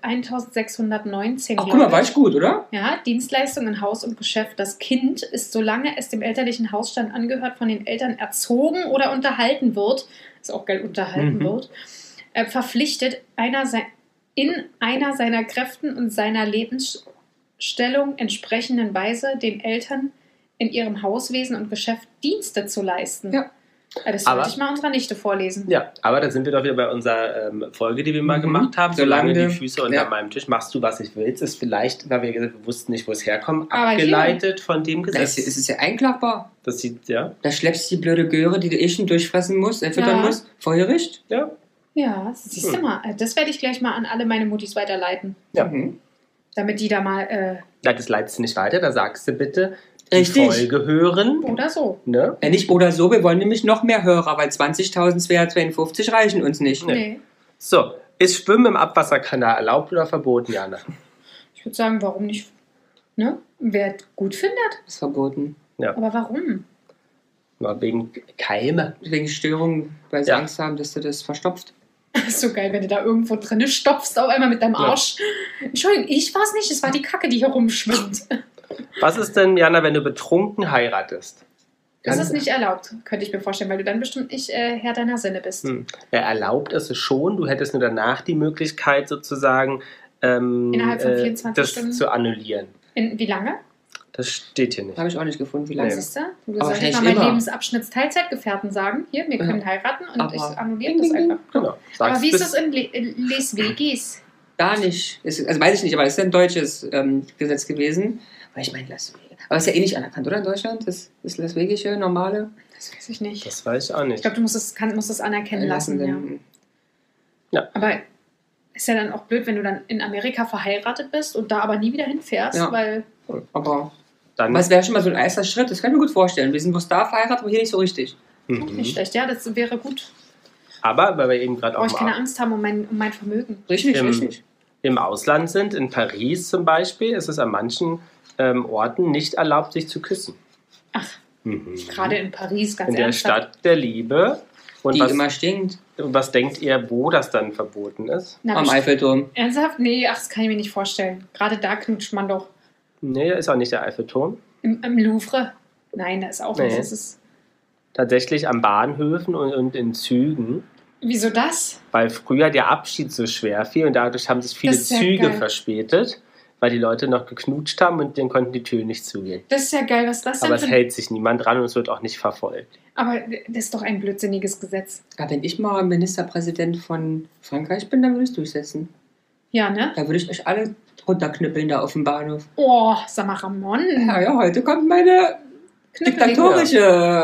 Speaker 1: 1619.
Speaker 2: Ach, guck mal, war ich gut, oder?
Speaker 1: Ja, Dienstleistungen in Haus und Geschäft. Das Kind ist, solange es dem elterlichen Hausstand angehört, von den Eltern erzogen oder unterhalten wird, ist auch geil, unterhalten wird, verpflichtet, in einer seiner Kräften und seiner Lebensstellung entsprechenden Weise den Eltern in ihrem Hauswesen und Geschäft Dienste zu leisten.
Speaker 2: Ja.
Speaker 1: Das sollte ich mal unserer Nichte vorlesen.
Speaker 4: Ja, aber da sind wir doch wieder bei unserer Folge, die wir mal gemacht haben. Solange die Füße unter meinem Tisch, machst du, was ich willst, ist vielleicht, weil wir gesagt, wir wussten nicht, wo es herkommt, abgeleitet von dem Gesetz.
Speaker 2: Es ist ja einklagbar.
Speaker 4: Das sieht, ja.
Speaker 2: Da schleppst du die blöde Göre, die du schon durchfressen musst, füttern musst, vor Gericht.
Speaker 4: Ja.
Speaker 1: Ja, siehst du mal. Das werde ich gleich mal an alle meine Muttis weiterleiten.
Speaker 4: Ja.
Speaker 1: Damit die da mal...
Speaker 4: Das leitest du nicht weiter, da sagst du bitte...
Speaker 2: Richtig.
Speaker 4: Folge hören.
Speaker 1: Oder so.
Speaker 4: Ne?
Speaker 2: Nicht oder so, wir wollen nämlich noch mehr Hörer, weil 20.252 reichen uns nicht.
Speaker 1: Nee.
Speaker 4: So, ist Schwimmen im Abwasserkanal erlaubt oder verboten, Jana?
Speaker 1: Ich würde sagen, warum nicht? Ne? Wer gut findet.
Speaker 2: Ist verboten.
Speaker 4: Ja.
Speaker 1: Aber warum?
Speaker 4: Na, wegen Keime.
Speaker 2: Wegen Störungen, weil sie Angst haben, dass du das verstopft.
Speaker 1: Ist so geil, wenn du da irgendwo drin stopfst, auf einmal mit deinem Arsch. Ja. Entschuldigung, ich war es nicht, es war die Kacke, die hier rumschwimmt.
Speaker 4: Was ist denn, Jana, wenn du betrunken heiratest?
Speaker 1: Das ist nicht erlaubt, könnte ich mir vorstellen, weil du dann bestimmt nicht Herr deiner Sinne bist.
Speaker 4: Erlaubt ist es schon, du hättest nur danach die Möglichkeit sozusagen
Speaker 1: innerhalb von 24
Speaker 4: das
Speaker 1: Stunden
Speaker 4: zu annullieren.
Speaker 1: Wie lange?
Speaker 4: Das steht hier nicht.
Speaker 2: Habe ich auch nicht gefunden, wie lange.
Speaker 1: Siehst du? Du sollst mal meinen Lebensabschnittsteilzeitgefährten sagen, hier, wir können heiraten und ich annulliere das einfach.
Speaker 4: Genau.
Speaker 1: Aber wie ist das in Les Vegas?
Speaker 2: da nicht. Also weiß ich nicht, aber es ist ja ein deutsches Gesetz gewesen. Weil ich meine, Las Vegas. Aber es ist ja eh nicht anerkannt, oder in Deutschland? Das Las Vegasische normale?
Speaker 1: Das weiß ich nicht.
Speaker 4: Das weiß ich auch nicht.
Speaker 1: Ich glaube, du musst es anerkennen lassen. Ja. Aber ist ja dann auch blöd, wenn du dann in Amerika verheiratet bist und da aber nie wieder hinfährst, weil...
Speaker 2: Aber das wäre schon mal so ein erster Schritt, das kann ich mir gut vorstellen. Wir sind bloß da verheiratet, aber hier nicht so richtig.
Speaker 1: Nicht schlecht, ja, das wäre gut.
Speaker 4: Aber, weil wir eben gerade auch...
Speaker 1: Brauche ich keine Angst haben um mein Vermögen.
Speaker 2: Richtig.
Speaker 4: Im Ausland sind, in Paris zum Beispiel, ist es an manchen Orten nicht erlaubt, sich zu küssen.
Speaker 1: Ach, gerade in Paris, ganz
Speaker 4: in der Stadt der Liebe. Und
Speaker 2: die immer stinkt.
Speaker 4: Und was denkt ihr, wo das dann verboten ist?
Speaker 2: Am Eiffelturm.
Speaker 1: Ernsthaft? Nee, das kann ich mir nicht vorstellen. Gerade da knutscht man doch.
Speaker 4: Nee, da ist auch nicht der Eiffelturm.
Speaker 1: Im Louvre? Nein, da ist auch nicht. Das ist
Speaker 4: tatsächlich an Bahnhöfen und in Zügen.
Speaker 1: Wieso das?
Speaker 4: Weil früher der Abschied so schwer fiel und dadurch haben sich viele Züge verspätet, weil die Leute noch geknutscht haben und denen konnten die Türen nicht zugehen.
Speaker 1: Das ist ja geil, was das denn
Speaker 4: Aber es hält sich niemand dran und es wird auch nicht verfolgt.
Speaker 1: Aber das ist doch ein blödsinniges Gesetz.
Speaker 2: Ja, wenn ich mal Ministerpräsident von Frankreich bin, dann würde ich es durchsetzen.
Speaker 1: Ja, ne?
Speaker 2: Da würde ich euch alle runterknüppeln da auf dem Bahnhof.
Speaker 1: Oh, sag mal, Ramon.
Speaker 2: Ja, heute kommt meine diktatorische,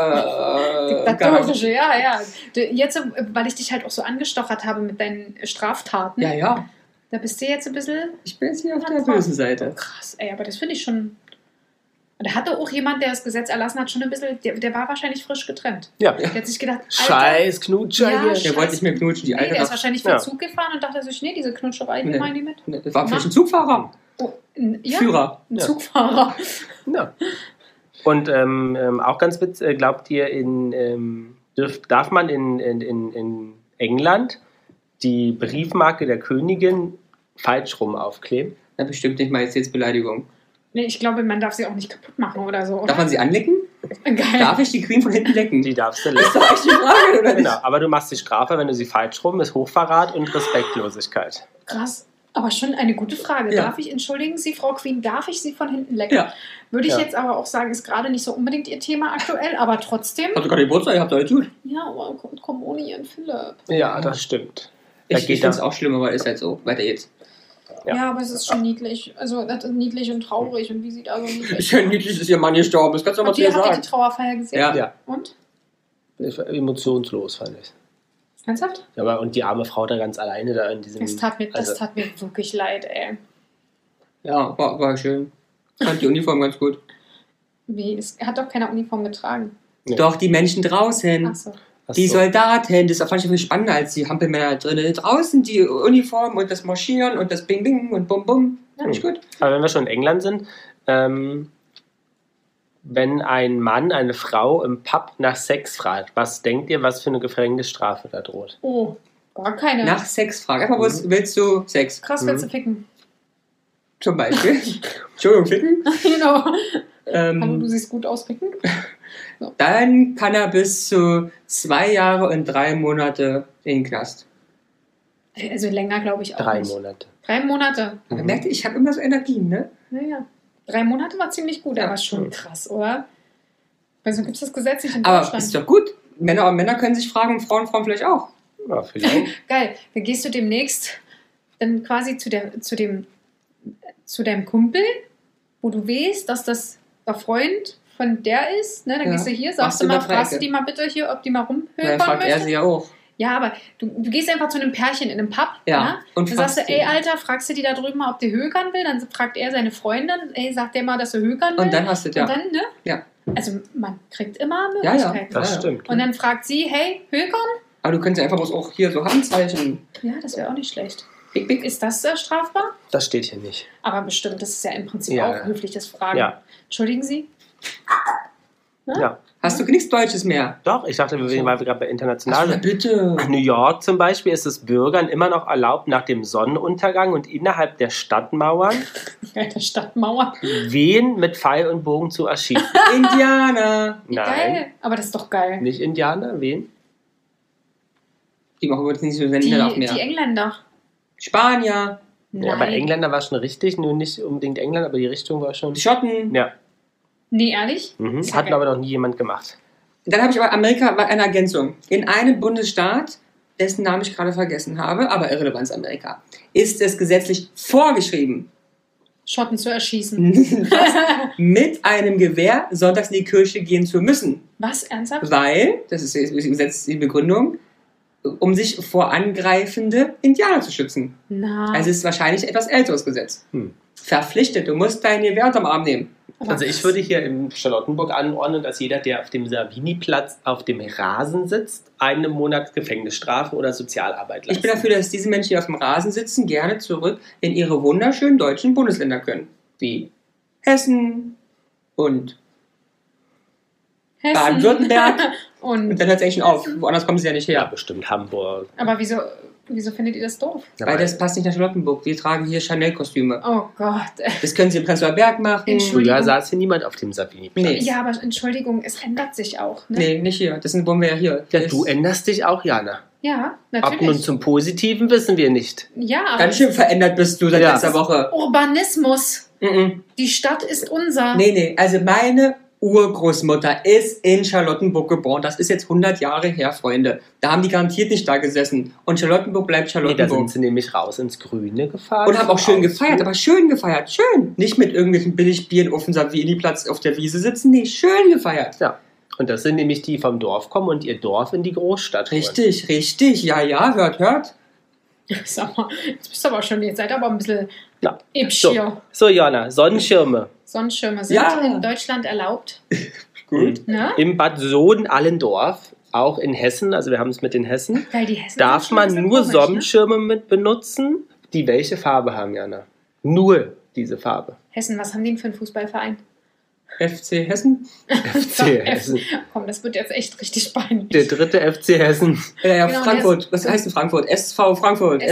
Speaker 1: ja. Jetzt, weil ich dich halt auch so angestochert habe mit deinen Straftaten.
Speaker 2: Ja.
Speaker 1: Da bist du jetzt ein bisschen...
Speaker 2: Ich bin jetzt hier auf der bösen Seite.
Speaker 1: Krass, ey, aber das finde ich schon... Da hatte auch jemand, der das Gesetz erlassen hat, schon ein bisschen... Der war wahrscheinlich frisch getrennt.
Speaker 4: Ja.
Speaker 1: Der hat sich gedacht...
Speaker 4: Scheiß Knutscher hier.
Speaker 2: Der wollte nicht mehr knutschen, die Alte.
Speaker 1: Der ist wahrscheinlich viel Zug gefahren und dachte sich, nee, diese Knutscherei, die meine ich mit.
Speaker 2: Das war vielleicht ein Zugfahrer. Führer.
Speaker 1: Ein Zugfahrer.
Speaker 4: Ja. Und auch ganz witzig, glaubt ihr, darf man in England die Briefmarke der Königin falsch rum aufkleben?
Speaker 2: Na, bestimmt nicht Majestätsbeleidigung.
Speaker 1: Nee, ich glaube, man darf sie auch nicht kaputt machen oder so, oder?
Speaker 2: Darf man sie anlecken?
Speaker 1: Geil.
Speaker 2: Darf ich die Queen von hinten lecken?
Speaker 4: Die darfst du lecken.
Speaker 2: Das ist doch echt die Frage, oder nicht?
Speaker 4: Genau, aber du machst die Strafe, wenn du sie falsch rum, ist Hochverrat und Respektlosigkeit.
Speaker 1: Krass. Aber schon eine gute Frage.
Speaker 2: Ja.
Speaker 1: entschuldigen Sie, Frau Queen, darf ich Sie von hinten lecken?
Speaker 2: Ja.
Speaker 1: Würde ich jetzt aber auch sagen, ist gerade nicht so unbedingt Ihr Thema aktuell, aber trotzdem.
Speaker 2: Habt ihr gerade Geburtstag? Ihr habt alles gut.
Speaker 1: Ja, aber komm ohne Ihren Philipp.
Speaker 4: Ja, das stimmt.
Speaker 2: Ich finde es auch schlimm, aber ist halt so. Weiter jetzt.
Speaker 1: Ja, aber es ist schon niedlich. Also, das ist niedlich und traurig. Und wie sieht da so niedlich aus?
Speaker 2: Schön niedlich ist Ihr Mann gestorben. Das kannst du doch mal zu ihr sagen.
Speaker 1: Habt ihr die Trauerfeier gesehen?
Speaker 2: Ja.
Speaker 1: Und?
Speaker 4: Emotionslos, fand ich.
Speaker 1: Ernsthaft?
Speaker 4: Ja, aber und die arme Frau da ganz alleine da in diesem...
Speaker 1: Das tat mir wirklich leid, ey.
Speaker 2: Ja, war schön. Ich fand die Uniform ganz gut.
Speaker 1: Er hat doch keine Uniform getragen.
Speaker 2: Nee. Doch, die Menschen draußen.
Speaker 1: Ach so.
Speaker 2: Die Soldaten, das fand ich viel spannender als die Hampelmänner drinnen. Draußen die Uniform und das Marschieren und das Bing Bing und Bum Bum. Fand ich gut.
Speaker 4: Aber wenn wir schon in England sind, wenn ein Mann eine Frau im Pub nach Sex fragt, was denkt ihr, was für eine Gefängnisstrafe da droht?
Speaker 1: Oh, gar keine.
Speaker 2: Nach Sex fragt. Einfach, willst du Sex?
Speaker 1: Krass, willst du ficken?
Speaker 2: Zum Beispiel. Entschuldigung, ficken?
Speaker 1: Genau. Hallo, du siehst gut aus, ficken?
Speaker 2: So. Dann kann er bis zu 2 Jahre und 3 Monate in den Knast.
Speaker 1: Also länger, glaube ich, auch
Speaker 4: 3
Speaker 1: nicht.
Speaker 4: Monate.
Speaker 1: 3 Monate.
Speaker 2: Man merkt, ich habe immer so Energien, ne?
Speaker 1: Naja. 3 Monate war ziemlich gut, aber schon krass, oder? Weil so gibt es das Gesetz nicht in
Speaker 2: aber
Speaker 1: Deutschland.
Speaker 2: ist doch gut. Männer können sich fragen, Frauen vielleicht auch.
Speaker 4: Ja, vielleicht.
Speaker 1: Geil. Dann gehst du demnächst dann quasi zu deinem Kumpel, wo du weißt, dass das der Freund von der ist. Ne? Dann gehst du hier, fragst du die mal bitte hier, ob die mal rumhören
Speaker 2: möchte. Dann fragt er sie ja auch.
Speaker 1: Ja, aber du gehst einfach zu einem Pärchen in einem Pub.
Speaker 2: Ja.
Speaker 1: Ne? Und dann sagst du, ey, Alter, fragst du die da drüben mal, ob die hökern will? Dann fragt er seine Freundin, ey, sagt der mal, dass er hökern will?
Speaker 2: Und dann hast du
Speaker 1: Und dann, ne?
Speaker 2: Ja.
Speaker 1: Also man kriegt immer Möglichkeiten.
Speaker 2: Ja,
Speaker 4: das stimmt.
Speaker 1: Und dann fragt sie, hey, hökern?
Speaker 2: Aber du könntest einfach bloß auch hier so Handzeichen.
Speaker 1: Ja, das wäre auch nicht schlecht.
Speaker 2: Big, big.
Speaker 1: Ist das strafbar?
Speaker 4: Das steht hier nicht.
Speaker 1: Aber bestimmt, das ist ja im Prinzip auch höfliches Fragen.
Speaker 4: Ja.
Speaker 1: Entschuldigen Sie?
Speaker 4: Ja.
Speaker 2: Hast du nichts Deutsches mehr?
Speaker 4: Doch, ich dachte, weil wir gerade bei international sind.
Speaker 2: Bitte.
Speaker 4: New York zum Beispiel ist es Bürgern immer noch erlaubt, nach dem Sonnenuntergang und innerhalb der Stadtmauern Wen mit Pfeil und Bogen zu erschießen.
Speaker 2: Indianer.
Speaker 1: Nein. Geil. Aber das ist doch geil.
Speaker 4: Nicht Indianer? Wen?
Speaker 2: Die machen übrigens nicht so Länder mehr.
Speaker 1: Die Engländer.
Speaker 2: Spanier.
Speaker 4: Ja, aber Engländer war schon richtig, nur nicht unbedingt England, aber die Richtung war schon...
Speaker 2: Die Schotten.
Speaker 4: Ja.
Speaker 1: Nee, ehrlich?
Speaker 4: Hat aber noch nie jemand gemacht.
Speaker 2: Dann habe ich aber Amerika eine Ergänzung. In einem Bundesstaat, dessen Namen ich gerade vergessen habe, aber Irrelevanz Amerika, ist es gesetzlich vorgeschrieben,
Speaker 1: Schotten zu erschießen.
Speaker 2: mit einem Gewehr sonntags in die Kirche gehen zu müssen.
Speaker 1: Was? Ernsthaft?
Speaker 2: Weil, das ist die Begründung, um sich vor angreifende Indianer zu schützen.
Speaker 1: Na.
Speaker 2: Also es ist wahrscheinlich ein etwas älteres Gesetz. Verpflichtet, du musst dein Gewehr unterm Arm nehmen.
Speaker 4: Also ich würde hier in Charlottenburg anordnen, dass jeder, der auf dem Savini-Platz auf dem Rasen sitzt, 1 Monat Gefängnisstrafe oder Sozialarbeit leistet.
Speaker 2: Ich bin dafür, dass diese Menschen, die auf dem Rasen sitzen, gerne zurück in ihre wunderschönen deutschen Bundesländer können. Wie Hessen und Baden-Württemberg. und dann hört es eigentlich schon auf. Woanders kommen sie ja nicht her.
Speaker 4: Ja, bestimmt Hamburg.
Speaker 1: Aber wieso findet ihr das doof?
Speaker 2: Weil das passt nicht nach Charlottenburg. Wir tragen hier Chanel-Kostüme.
Speaker 1: Oh Gott.
Speaker 2: Das können sie im Prenzlauer Berg machen.
Speaker 4: Früher saß hier niemand auf dem Savini-Platz.
Speaker 1: Nee. Ja, aber Entschuldigung, es ändert sich auch. Ne?
Speaker 2: Nee, nicht hier. Das wohnen wir ja hier.
Speaker 4: Ja, du änderst dich auch, Jana.
Speaker 1: Ja, natürlich.
Speaker 4: Ob nun zum Positiven, wissen wir nicht.
Speaker 1: Ja, aber
Speaker 2: ganz schön verändert bist du seit letzter Woche.
Speaker 1: Urbanismus. Die Stadt ist unser.
Speaker 2: Nee. Also meine Urgroßmutter ist in Charlottenburg geboren. Das ist jetzt 100 Jahre her, Freunde. Da haben die garantiert nicht da gesessen. Und Charlottenburg bleibt Charlottenburg.
Speaker 4: Nee, da sind sie nämlich raus ins Grüne gefahren.
Speaker 2: Und haben auch schön gefeiert, aber schön gefeiert. Schön. Nicht mit irgendwelchen Billigbieren auf dem Savini-Platz auf der Wiese sitzen. Nee, schön gefeiert.
Speaker 4: Ja. Und das sind nämlich die vom Dorf kommen und ihr Dorf in die Großstadt holen.
Speaker 2: Richtig. Ja, hört.
Speaker 1: Sag mal, jetzt bist du aber schon, jetzt seid ihr aber ein bisschen
Speaker 4: hübsch hier. So, Jana, Sonnenschirme.
Speaker 1: Sonnenschirme sind in Deutschland erlaubt.
Speaker 2: Gut.
Speaker 1: Ne?
Speaker 4: Im Bad Sohn-Allendorf, auch in Hessen, also wir haben es mit den Hessen,
Speaker 1: weil die Hessen
Speaker 4: darf man nur komisch, Sonnenschirme mit benutzen, die welche Farbe haben, Jana? Nur diese Farbe.
Speaker 1: Hessen, was haben die denn für einen Fußballverein?
Speaker 2: FC Hessen?
Speaker 4: FC Hessen.
Speaker 1: Komm, das wird jetzt echt richtig peinlich.
Speaker 4: Der 3. FC Hessen.
Speaker 2: Ja, genau, Frankfurt. Was heißt denn Frankfurt? SV Frankfurt.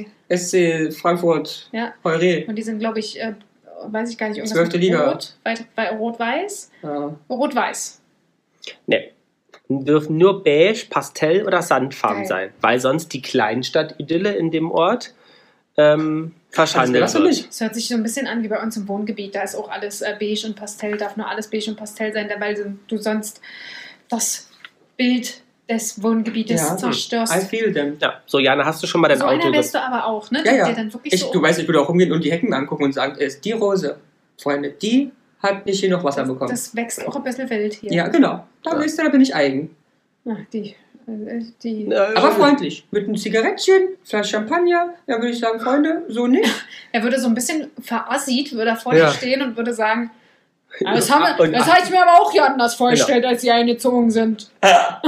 Speaker 2: SC Frankfurt.
Speaker 1: Ja.
Speaker 2: Heure.
Speaker 1: Und die sind, glaube ich, weiß ich gar nicht, irgendwas
Speaker 2: 12. Liga.
Speaker 1: Rot-Weiß?
Speaker 2: Ja.
Speaker 1: Rot-Weiß.
Speaker 4: Nee. Dürfen nur beige, Pastell oder Sandfarben sein, weil sonst die Kleinstadt-Idylle in dem Ort verschandelt wird.
Speaker 1: Das hört sich so ein bisschen an wie bei uns im Wohngebiet. Da ist auch alles beige und Pastell, darf nur alles beige und Pastell sein, weil du sonst das Bild des Wohngebietes zerstörst.
Speaker 2: I feel them.
Speaker 4: Ja, so Jana, hast du schon mal dein Auto...
Speaker 1: So einer wärst du aber auch, ne?
Speaker 2: Ja.
Speaker 1: Der dann wirklich
Speaker 2: du weißt, ich würde auch rumgehen und die Hecken angucken und sagen, die Rose, Freunde, die hat nicht genug Wasser bekommen.
Speaker 1: Das wächst auch ein bisschen wild hier.
Speaker 2: Ja, genau. Da bin ich eigen.
Speaker 1: Ach,
Speaker 2: aber freundlich. Mit einem Zigarettchen, Flasche Champagner, da würde ich sagen, Freunde, so nicht.
Speaker 1: Er würde so ein bisschen verassiet, würde er vor dir stehen und würde sagen, das habe ich mir aber auch hier anders vorgestellt, als sie eingezogen sind. Oder?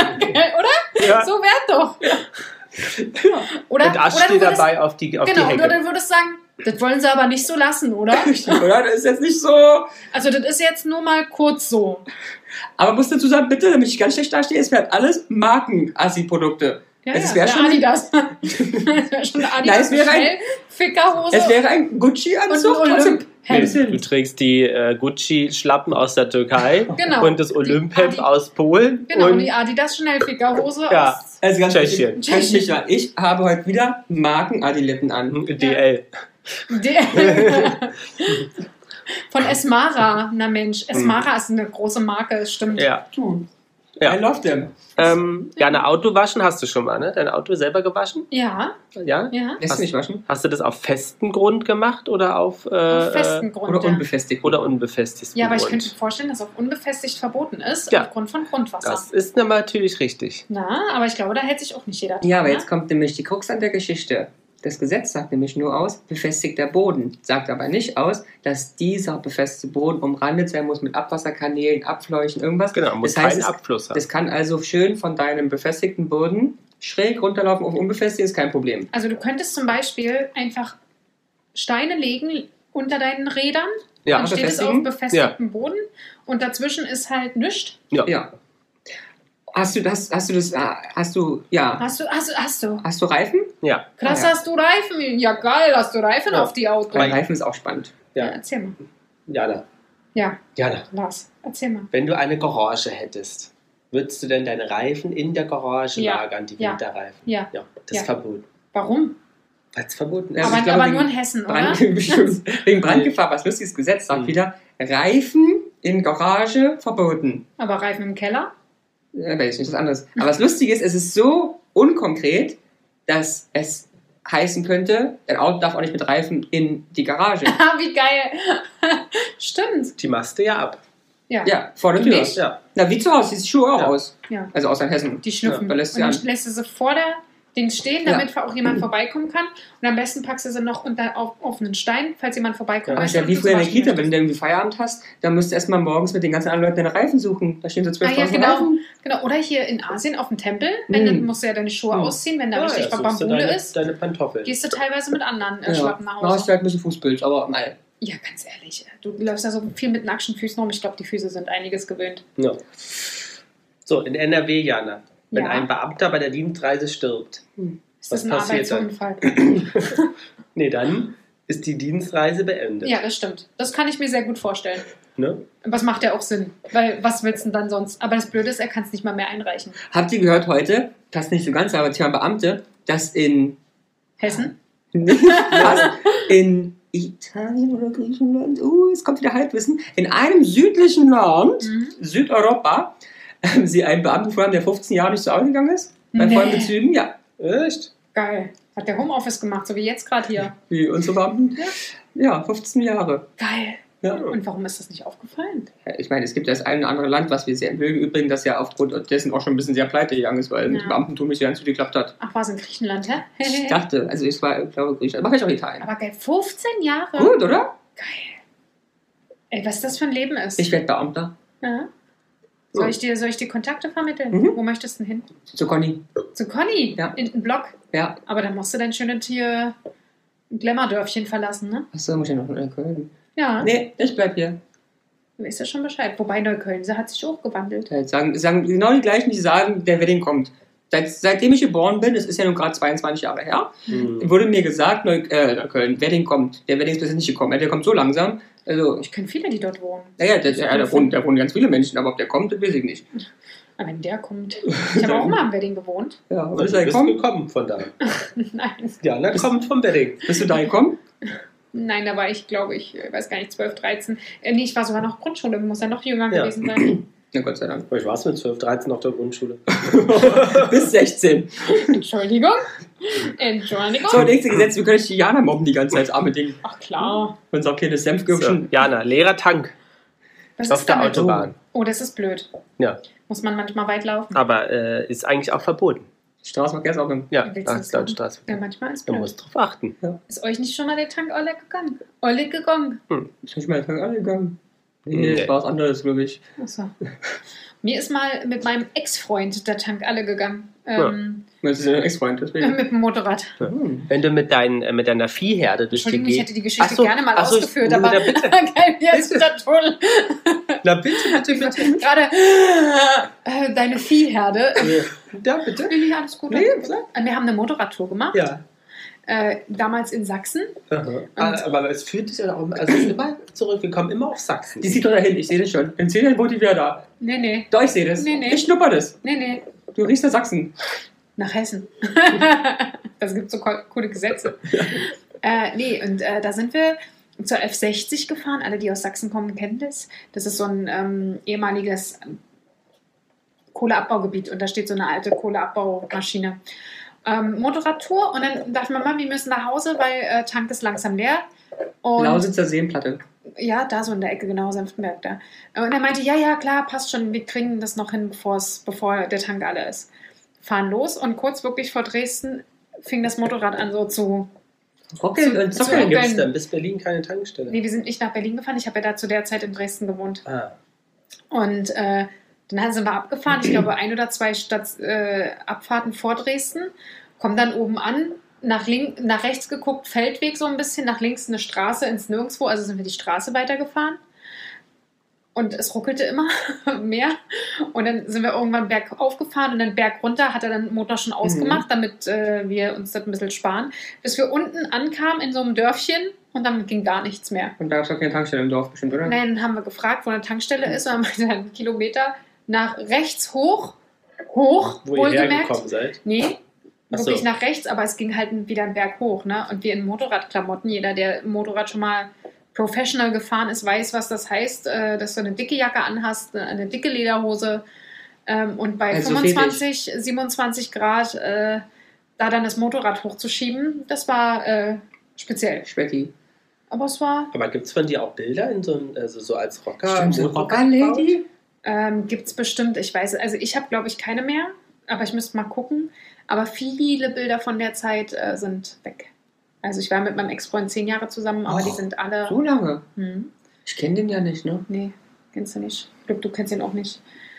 Speaker 2: Ja.
Speaker 1: So wär's doch.
Speaker 2: Ja.
Speaker 1: Oder,
Speaker 4: und Asch steht dabei auf die Hecke.
Speaker 1: Genau, oder du würdest sagen, das wollen sie aber nicht so lassen, oder?
Speaker 2: Oder? Das ist jetzt nicht so...
Speaker 1: Also das ist jetzt nur mal kurz so.
Speaker 2: Aber musst dazu sagen, bitte, damit ich ganz schlecht dastehe, es wären alles Marken-Assi-Produkte.
Speaker 1: Ja,
Speaker 2: es wäre schon
Speaker 1: Adidas. Es wäre schon eine Adidas.
Speaker 2: Es wäre
Speaker 1: Fickerhose.
Speaker 2: Es wäre ein Gucci-Anzug.
Speaker 4: Du trägst die Gucci-Schlappen aus der Türkei und das Olymp-Hemd aus Polen.
Speaker 1: Genau, und die Adidas Schnellfickerhose aus
Speaker 2: Tschechien. Ich habe heute wieder Marken-Adiletten an.
Speaker 4: DL.
Speaker 1: Von Esmara, na Mensch. Esmara ist eine große Marke, stimmt.
Speaker 4: Ja.
Speaker 2: I love them.
Speaker 4: Ein Auto waschen hast du schon mal, ne? Dein Auto selber gewaschen?
Speaker 1: Ja.
Speaker 2: Lässt du nicht waschen?
Speaker 4: Hast du das auf festem Grund gemacht oder auf
Speaker 1: festem Grund?
Speaker 2: Oder unbefestigt?
Speaker 4: Oder unbefestigt.
Speaker 1: Ja, aber ich könnte mir vorstellen, dass auf unbefestigt verboten ist, aufgrund von Grundwasser.
Speaker 4: Das ist natürlich richtig.
Speaker 1: Na, aber ich glaube, da hält sich auch nicht jeder dran.
Speaker 2: Ja, aber jetzt kommt nämlich die Krux an der Geschichte. Das Gesetz sagt nämlich nur aus, befestigter Boden. Sagt aber nicht aus, dass dieser befestigte Boden umrandet sein muss mit Abwasserkanälen, Abfläuchen, irgendwas.
Speaker 4: Genau, muss keinen Abfluss haben.
Speaker 2: Das kann also schön von deinem befestigten Boden schräg runterlaufen auf unbefestigt, ist kein Problem.
Speaker 1: Also du könntest zum Beispiel einfach Steine legen unter deinen Rädern, dann steht es auf befestigtem Boden und dazwischen ist halt nichts.
Speaker 2: Ja. Hast du Reifen?
Speaker 4: Ja.
Speaker 1: Krass, hast du Reifen? Ja, geil, hast du Reifen auf die Autos?
Speaker 2: Weil Reifen ist auch spannend.
Speaker 1: Ja, erzähl mal.
Speaker 4: Jana.
Speaker 1: Ja.
Speaker 4: Jana.
Speaker 1: Lars, erzähl mal.
Speaker 4: Wenn du eine Garage hättest, würdest du denn deine Reifen in der Garage lagern, die Winterreifen?
Speaker 1: Ja.
Speaker 4: Das ist verboten.
Speaker 1: Warum?
Speaker 4: Weil es verboten ist.
Speaker 1: Aber nur in Hessen, oder?
Speaker 2: Wegen Brandgefahr, was lustiges Gesetz sagt wieder, Reifen in Garage verboten.
Speaker 1: Aber Reifen im Keller?
Speaker 2: Ja, weiß ich nicht, was anderes. Aber das Lustige ist, es ist so unkonkret, dass es heißen könnte, ein Auto darf auch nicht mit Reifen in die Garage.
Speaker 1: Wie geil. Stimmt.
Speaker 4: Die machst du ja ab.
Speaker 2: Ja, vor der Tür. Ja. Na, wie zu Hause, sieht die Schuhe auch aus.
Speaker 1: Ja.
Speaker 2: Also außer in Hessen.
Speaker 1: Die schnüffen.
Speaker 2: Da lässt
Speaker 1: und dann lässt du sie vor der Dings stehen, damit auch jemand vorbeikommen kann. Und am besten packst du sie noch unter auf einen Stein, falls jemand vorbeikommt.
Speaker 2: Ja, ist ja wie früher in der Kita, wenn du irgendwie Feierabend hast, dann musst du erstmal morgens mit den ganzen anderen Leuten deine Reifen suchen. Da stehen so 12.000 Reifen.
Speaker 1: Genau. Oder hier in Asien auf dem Tempel, dann musst du ja deine Schuhe ausziehen, wenn da richtig Bambule ist.
Speaker 4: Deine Pantoffeln.
Speaker 1: Gehst du teilweise mit anderen Schlappen nach Hause.
Speaker 2: Da hast du halt ein bisschen Fußbild, aber nein.
Speaker 1: Ja, ganz ehrlich. Du läufst da so viel mit nackten Füßen rum. Ich glaube, die Füße sind einiges gewöhnt.
Speaker 4: Ja. So, in NRW, Jana. Wenn ein Beamter bei der Dienstreise stirbt,
Speaker 1: ist das ein Arbeitsunfall?
Speaker 4: Nee, dann ist die Dienstreise beendet.
Speaker 1: Ja, das stimmt. Das kann ich mir sehr gut vorstellen.
Speaker 4: Ne?
Speaker 1: Was macht ja auch Sinn. Weil, was willst du denn dann sonst? Aber das Blöde ist, er kann es nicht mal mehr einreichen.
Speaker 2: Habt ihr gehört heute, das nicht so ganz, aber Thema Beamte, dass in
Speaker 1: Hessen?
Speaker 2: In Italien oder Griechenland, es kommt wieder Halbwissen, in einem südlichen Land, Südeuropa, sie einen Beamten vor haben, der 15 Jahre nicht zur Arbeit gegangen ist, bei vollen Bezügen, ja.
Speaker 4: Echt?
Speaker 1: Geil. Hat der Homeoffice gemacht, so wie jetzt gerade hier.
Speaker 2: Wie unsere Beamten? Ja, 15 Jahre.
Speaker 1: Geil.
Speaker 2: Ja.
Speaker 1: Und warum ist das nicht aufgefallen?
Speaker 2: Ja, ich meine, es gibt das ein oder andere Land, was wir sehr mögen, übrigens, das ja aufgrund dessen auch schon ein bisschen sehr pleite gegangen ist, weil mit dem Beamtentum nicht ganz so geklappt hat.
Speaker 1: Ach, war es in Griechenland, hä?
Speaker 2: Ich dachte, also ich glaube Griechenland, aber vielleicht auch Italien.
Speaker 1: Aber geil, 15 Jahre?
Speaker 2: Gut, oder?
Speaker 1: Geil. Ey, was das für ein Leben ist.
Speaker 2: Ich werde Beamter.
Speaker 1: Ja. Soll ich dir Kontakte vermitteln? Wo möchtest du denn hin?
Speaker 2: Zu Conny.
Speaker 1: Zu Conny?
Speaker 2: Ja.
Speaker 1: In den Blog?
Speaker 2: Ja.
Speaker 1: Aber dann musst du dein schönes hier Glamour-Dörfchen verlassen, ne?
Speaker 2: Achso, muss ich noch in Köln.
Speaker 1: Ja.
Speaker 2: Nee, ich bleib hier.
Speaker 1: Du weißt ja schon Bescheid. Wobei Neukölln, sie hat sich auch gewandelt.
Speaker 2: Ja, sagen genau die gleichen, die sagen, der Wedding kommt. Seitdem ich geboren bin, es ist ja nun gerade 22 Jahre her, wurde mir gesagt, Neukölln, Wedding kommt. Der Wedding ist bisher nicht gekommen. Der kommt so langsam. Also,
Speaker 1: ich kenne viele, die dort wohnen.
Speaker 2: Da wohnen ganz viele Menschen, aber ob der kommt, das weiß ich nicht.
Speaker 1: Aber wenn der kommt. Ich habe auch mal am Wedding gewohnt.
Speaker 2: Ja,
Speaker 4: aber ist er gekommen von da?
Speaker 1: Nein.
Speaker 4: Jana kommt vom Wedding.
Speaker 2: Bist du da gekommen?
Speaker 1: Nein, da war ich, glaube ich, weiß gar nicht, 12, 13. Nee, ich war sogar noch Grundschule, muss ja noch jünger gewesen sein.
Speaker 2: Ja, Gott sei Dank.
Speaker 4: Ich war mit 12, 13 auf der Grundschule.
Speaker 2: Bis 16.
Speaker 1: Entschuldigung.
Speaker 2: So, nächste Gesetz, wir können nicht die Jana mobben die ganze Zeit, das arme Ding.
Speaker 1: Ach klar.
Speaker 2: Unser kleines Senfgürkchen.
Speaker 4: So, Jana, leerer Tank.
Speaker 1: Was
Speaker 4: auf der Autobahn.
Speaker 1: Oh, das ist blöd.
Speaker 4: Ja.
Speaker 1: Muss man manchmal weit laufen.
Speaker 4: Aber ist eigentlich auch verboten.
Speaker 2: Straßenverkehr ist auch im...
Speaker 4: Ja, Straßenverkehr.
Speaker 1: Ja, manchmal ist blöd.
Speaker 4: Du musst drauf achten.
Speaker 2: Ja.
Speaker 1: Ist euch nicht schon mal der Tank alle gegangen?
Speaker 2: Ist nicht mal der Tank alle gegangen? Nee, das war was anderes, glaube ich.
Speaker 1: Achso. Mir ist mal mit meinem Ex-Freund der Tank alle gegangen.
Speaker 2: Das ist ja ein Ex-Freund, deswegen.
Speaker 1: Mit dem Motorrad.
Speaker 4: Ja. Wenn du mit deiner Viehherde durch die Gegend...
Speaker 1: Ich hätte die Geschichte gerne mal ausgeführt, aber geil, wie ist das toll.
Speaker 4: Na bitte.
Speaker 1: Gerade deine Viehherde.
Speaker 4: Ja, bitte.
Speaker 1: Nee, alles gut.
Speaker 2: Nee, klar.
Speaker 1: Wir haben eine Motorradtour gemacht.
Speaker 4: Ja.
Speaker 1: Damals in Sachsen.
Speaker 4: Aber es führt dich ja auch also immer zurück. Wir kommen immer auf Sachsen.
Speaker 2: Die sieht doch dahin, ich sehe das schon. In 10 Jahren wohnt die wieder da.
Speaker 1: Nee.
Speaker 2: Doch, ich sehe das.
Speaker 1: Nee.
Speaker 2: Ich schnupper das.
Speaker 1: Nee.
Speaker 2: Du riechst nach Sachsen.
Speaker 1: Nach Hessen. Das gibt so coole Gesetze. Da sind wir zur F60 gefahren. Alle, die aus Sachsen kommen, kennen das. Das ist so ein ehemaliges Kohleabbaugebiet und da steht so eine alte Kohleabbaumaschine. Motorradtour und dann dachte Mama, wir müssen nach Hause, weil Tank ist langsam leer. Und
Speaker 2: Lausitzer Seenplatte.
Speaker 1: Ja, da so in der Ecke, genau, Senftenberg da. Und er meinte, ja, klar, passt schon, wir kriegen das noch hin, bevor der Tank alle ist. Fahren los und kurz wirklich vor Dresden fing das Motorrad an so zu...
Speaker 4: Okay, gibt es dann bis Berlin keine Tankstelle?
Speaker 1: Nee, wir sind nicht nach Berlin gefahren, ich habe ja da zu der Zeit in Dresden gewohnt. Und dann sind wir abgefahren, ich glaube 1 oder 2 Abfahrten vor Dresden, kommen dann oben an, nach rechts geguckt, Feldweg so ein bisschen, nach links eine Straße ins Nirgendwo, also sind wir die Straße weitergefahren. Und es ruckelte immer mehr. Und dann sind wir irgendwann bergauf gefahren und dann berg runter hat er dann den Motor schon ausgemacht, damit wir uns das ein bisschen sparen. Bis wir unten ankamen in so einem Dörfchen und dann ging gar nichts mehr.
Speaker 2: Und da gab es auch keine Tankstelle im Dorf bestimmt, oder?
Speaker 1: Nein, dann haben wir gefragt, wo eine Tankstelle ist und dann meinte er einen Kilometer nach rechts hoch,
Speaker 4: wo ihr hergekommen seid?
Speaker 1: Nee, wirklich nach rechts, aber es ging halt wieder einen Berg hoch. Ne? Und wir in Motorradklamotten, jeder, der im Motorrad schon mal professional gefahren ist, weiß, was das heißt, dass du eine dicke Jacke anhast, eine dicke Lederhose, Und bei also 25, 27 Grad da dann das Motorrad hochzuschieben, das war speziell.
Speaker 2: Specki.
Speaker 1: Aber es war...
Speaker 4: Aber gibt es von dir auch Bilder in so als Rocker?
Speaker 2: Stimmt, so Rocker-Lady?
Speaker 1: Gibt es bestimmt, ich weiß, also ich habe glaube ich keine mehr, aber ich müsste mal gucken. Aber viele Bilder von der Zeit sind weg. Also ich war mit meinem Ex-Freund 10 Jahre zusammen, aber die sind alle...
Speaker 2: So lange? Ich kenne den ja nicht, ne?
Speaker 1: Nee, kennst du nicht. Ich glaube, du kennst ihn auch nicht.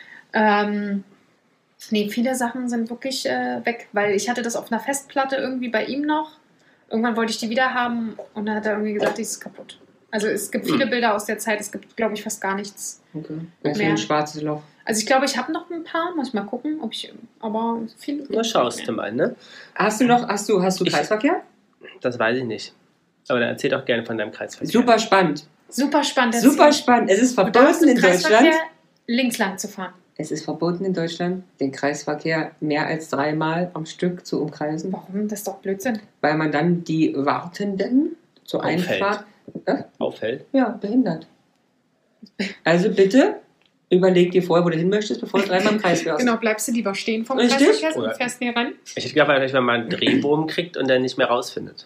Speaker 1: Nee, viele Sachen sind wirklich weg, weil ich hatte das auf einer Festplatte irgendwie bei ihm noch. Irgendwann wollte ich die wieder haben und dann hat er irgendwie gesagt, die ist kaputt. Also es gibt viele Bilder aus der Zeit, es gibt, glaube ich, fast gar nichts
Speaker 2: mehr. Ein schwarzes Loch.
Speaker 1: Also ich glaube, ich habe noch ein paar, muss ich mal gucken, ob ich, aber viele...
Speaker 4: Na, schaust du mal, ne?
Speaker 2: Hast du Kreisverkehr?
Speaker 4: Das weiß ich nicht. Aber dann erzähl doch gerne von deinem Kreisverkehr.
Speaker 2: Super spannend.
Speaker 1: Super spannend.
Speaker 2: Super spannend. Es ist verboten in Deutschland,
Speaker 1: links lang zu fahren.
Speaker 2: Es ist verboten in Deutschland, den Kreisverkehr mehr als 3-mal am Stück zu umkreisen.
Speaker 1: Warum? Das ist doch Blödsinn.
Speaker 2: Weil man dann die Wartenden zur Einfahrt...
Speaker 4: Auffällt?
Speaker 2: Ja, behindert. Also bitte, überleg dir vorher, wo du hin möchtest, bevor du 3-mal im Kreis fährst.
Speaker 1: Genau, bleibst du lieber stehen vom Kreisverkehr und fährst näher ran?
Speaker 4: Ich hätte gedacht, wenn man einen Drehwurm kriegt und dann nicht mehr rausfindet.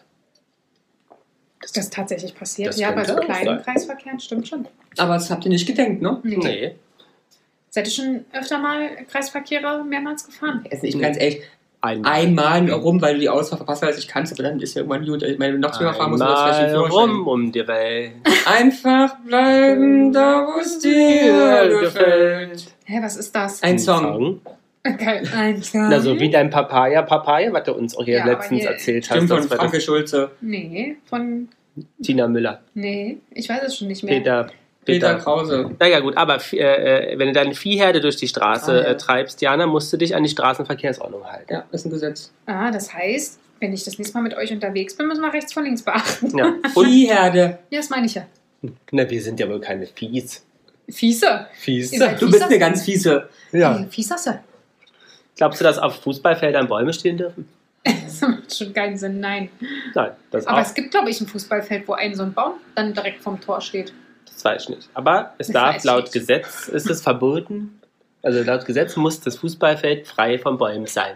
Speaker 1: Das ist tatsächlich passiert. Ja, bei so kleinen Kreisverkehren stimmt schon.
Speaker 2: Aber das habt ihr nicht gedenkt, ne?
Speaker 4: Nee.
Speaker 1: Seid ihr schon öfter mal Kreisverkehre mehrmals gefahren?
Speaker 2: Ich ganz echt einmal rum, weil du die Ausfahrt verpasst hast, ich kann's, aber dann ist ja irgendwann gut. Ich meine, noch zweimal fahren muss,
Speaker 4: rum um die Welt.
Speaker 2: Einfach bleiben, da wo es dir gefällt.
Speaker 1: Hä, was ist das?
Speaker 2: Ein Song.
Speaker 1: Okay, ein Song.
Speaker 4: Na, so wie dein Papaya, was du uns auch hier letztens erzählt hast.
Speaker 2: Stimmt, von Franke Schulze.
Speaker 1: Nee, von...
Speaker 4: Tina Müller.
Speaker 1: Nee, ich weiß es schon nicht mehr.
Speaker 2: Peter Krause.
Speaker 4: Naja gut, aber wenn du deine Viehherde durch die Straße treibst, Jana, musst du dich an die Straßenverkehrsordnung halten.
Speaker 2: Ja, das ist ein Gesetz.
Speaker 1: Das heißt, wenn ich das nächste Mal mit euch unterwegs bin, müssen wir rechts vor links beachten.
Speaker 2: Ja. Viehherde.
Speaker 1: Ja, das meine ich ja.
Speaker 4: Na, wir sind ja wohl keine Fies.
Speaker 1: Fiese?
Speaker 2: Du bist eine ganz fiese.
Speaker 1: Ja. Fiesasse.
Speaker 4: Glaubst du, dass auf Fußballfeldern Bäume stehen dürfen?
Speaker 1: Das macht schon keinen Sinn, nein. Aber es gibt, glaube ich, ein Fußballfeld, wo so ein Baum dann direkt vom Tor steht.
Speaker 4: Das weiß ich nicht. Aber es darf laut Gesetz, ist es verboten, also laut Gesetz muss das Fußballfeld frei von Bäumen sein.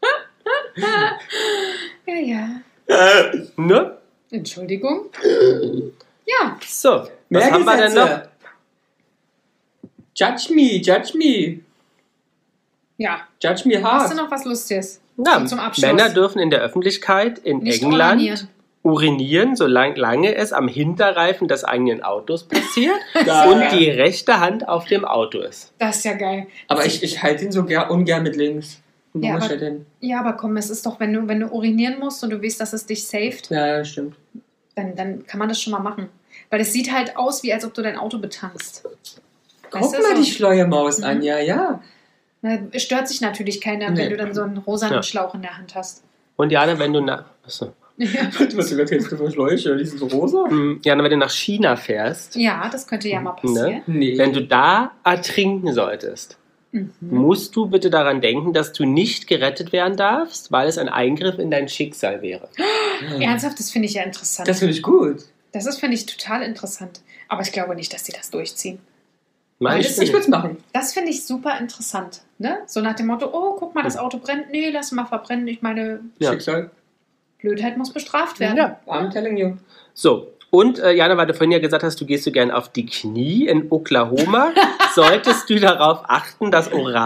Speaker 1: Ja.
Speaker 4: Ne?
Speaker 1: Entschuldigung. Ja.
Speaker 4: So, was haben wir denn noch?
Speaker 2: Judge me.
Speaker 1: Ja.
Speaker 2: Judge me hard.
Speaker 1: Hast du noch was Lustiges?
Speaker 4: Ja,
Speaker 1: zum Abschluss?
Speaker 4: Männer dürfen in der Öffentlichkeit in
Speaker 1: nicht
Speaker 4: England urinieren, solange es am Hinterreifen des eigenen Autos passiert und die rechte Hand auf dem Auto ist.
Speaker 1: Das ist ja geil.
Speaker 2: Aber ich halte ihn so ungern mit links.
Speaker 1: Ja, aber komm, es ist doch, wenn du urinieren musst und du weißt, dass es dich saved.
Speaker 2: Ja, stimmt.
Speaker 1: Dann kann man das schon mal machen. Weil es sieht halt aus, wie als ob du dein Auto betankst.
Speaker 2: Guck mal die schlaue Maus an, ja.
Speaker 1: Es stört sich natürlich keiner, wenn du dann so einen rosanen Schlauch in der Hand hast.
Speaker 4: Und Jana, wenn du Achso.
Speaker 2: Ja. Was du kennst du von Schläuche? Die sind so rosa?
Speaker 4: Jana, wenn du nach China fährst.
Speaker 1: Ja, das könnte ja mal passieren.
Speaker 2: Nee.
Speaker 4: Wenn du da ertrinken solltest, musst du bitte daran denken, dass du nicht gerettet werden darfst, weil es ein Eingriff in dein Schicksal wäre.
Speaker 1: Ernsthaft, das finde ich ja interessant.
Speaker 2: Das finde ich gut.
Speaker 1: Das finde ich total interessant. Aber ich glaube nicht, dass die das durchziehen.
Speaker 2: Ich würde es machen.
Speaker 1: Das finde ich super interessant. Ne? So nach dem Motto, oh, guck mal, das Auto brennt. Nee, lass mal verbrennen. Ich meine,
Speaker 2: Schicksal.
Speaker 1: Blödheit muss bestraft werden.
Speaker 2: Ja, I'm telling you.
Speaker 4: So, und Jana, weil du vorhin ja gesagt hast, du gehst so gern auf die Knie in Oklahoma, solltest du darauf achten, dass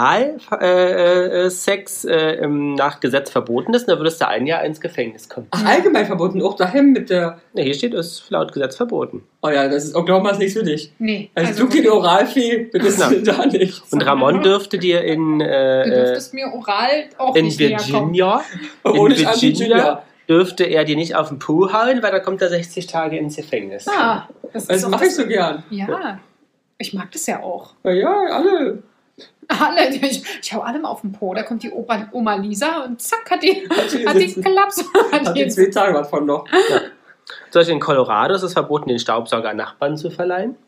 Speaker 4: Oralsex nach Gesetz verboten ist, dann würdest du 1 Jahr ins Gefängnis kommen.
Speaker 2: Ach, allgemein verboten, auch daheim mit der...
Speaker 4: Ja, hier steht, es ist laut Gesetz verboten.
Speaker 2: Oh ja, das ist Oklahoma ist nichts für dich.
Speaker 1: Nee.
Speaker 2: Also du keine Oralfee, das ist da nichts.
Speaker 4: Und Ramon dürfte dir
Speaker 1: du dürftest mir oral auch nicht
Speaker 4: Virginia, dürfte er dir nicht auf den Po hauen, weil da kommt er 60 Tage ins Gefängnis.
Speaker 2: Das mache ich so gern.
Speaker 1: Ja, ich mag das ja auch.
Speaker 2: Ja, alle.
Speaker 1: Ich hau allem auf den Po. Da kommt die Oma Lisa und zack, hat die Klaps.
Speaker 2: Hat die 2 Tage was von noch.
Speaker 4: Ja. Zum Beispiel in Colorado ist es verboten, den Staubsauger Nachbarn zu verleihen.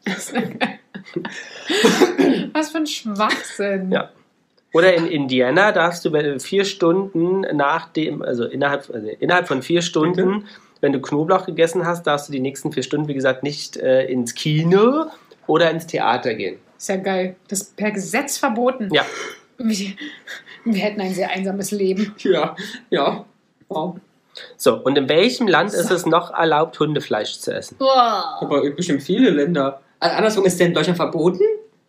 Speaker 1: Was für ein Schwachsinn.
Speaker 4: Ja. Oder in Indiana darfst du 4 Stunden innerhalb von 4 Stunden, wenn du Knoblauch gegessen hast, darfst du die nächsten 4 Stunden, wie gesagt, nicht ins Kino oder ins Theater gehen.
Speaker 1: Ist ja geil. Das ist per Gesetz verboten.
Speaker 4: Ja.
Speaker 1: Wir hätten ein sehr einsames Leben.
Speaker 2: Ja. Wow.
Speaker 4: So, und in welchem Land ist es noch erlaubt, Hundefleisch zu essen?
Speaker 2: Aber bestimmt viele Länder. Also andersrum, ist der in Deutschland verboten?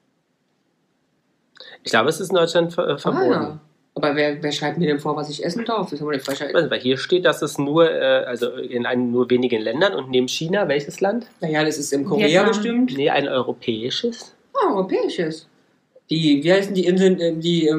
Speaker 4: Ich glaube, es ist in Deutschland verboten.
Speaker 2: Ja. Aber wer schreibt mir denn vor, was ich essen darf? Das ist aber eine Frechheit.
Speaker 4: Also, weil hier steht, dass es nur, in nur wenigen Ländern und neben China, welches Land?
Speaker 2: Naja, das ist in Korea bestimmt.
Speaker 4: Nee, ein europäisches.
Speaker 2: Europäisches. Wie heißen die Inseln, die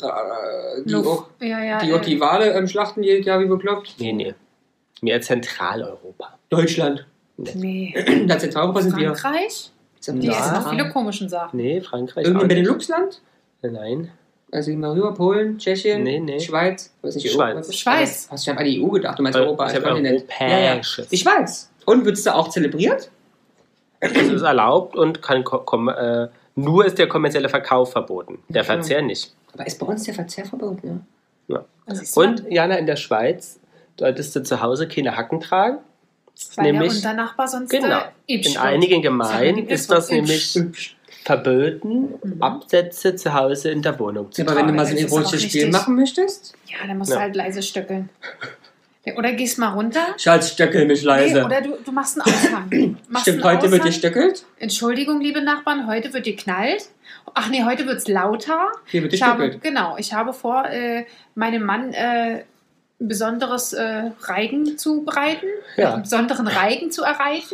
Speaker 2: Wale schlachten jedes Jahr wie bekloppt?
Speaker 4: Nee. Mehr Zentraleuropa.
Speaker 2: Deutschland.
Speaker 1: Nee.
Speaker 2: Da Zentraleuropa sind wir.
Speaker 1: Frankreich? Die essen noch viele komischen Sachen.
Speaker 4: Nee, Frankreich.
Speaker 2: Irgendein Benelux-Land?
Speaker 4: Nein.
Speaker 2: Also gehen wir rüber, Polen, Tschechien,
Speaker 4: Nee.
Speaker 2: Schweiz. Was ist
Speaker 1: Schweiz.
Speaker 2: Hast du an die EU gedacht? Du meinst Europa als Kontinent.
Speaker 4: Europäisches.
Speaker 2: Die Schweiz. Und wird es da auch zelebriert?
Speaker 4: Es ist erlaubt und kann nur ist der kommerzielle Verkauf verboten. Der Verzehr nicht.
Speaker 2: Aber ist bei uns der Verzehr verboten,
Speaker 4: ja. Und Jana, in der Schweiz solltest du zu Hause keine Hacken tragen.
Speaker 1: Weil der Unternachbar sonst
Speaker 4: in einigen Gemeinden ist das nämlich verboten, Absätze zu Hause in der Wohnung zu
Speaker 2: tragen. Aber wenn du mal so ein erotisches Spiel machen möchtest?
Speaker 1: Ja, dann musst du halt leise stöckeln. Oder gehst mal runter.
Speaker 2: Schatz, stöckel mich leise.
Speaker 1: Nee, oder du machst einen Aushang.
Speaker 2: Stimmt, heute wird gestöckelt?
Speaker 1: Entschuldigung, liebe Nachbarn, heute wird geknallt. Ach nee, heute wird es lauter.
Speaker 2: Hier wird gestöckelt.
Speaker 1: Ich habe vor, meinem Mann ein besonderes Reigen zu bereiten.
Speaker 4: Ja.
Speaker 1: Einen besonderen Reigen zu erreiten.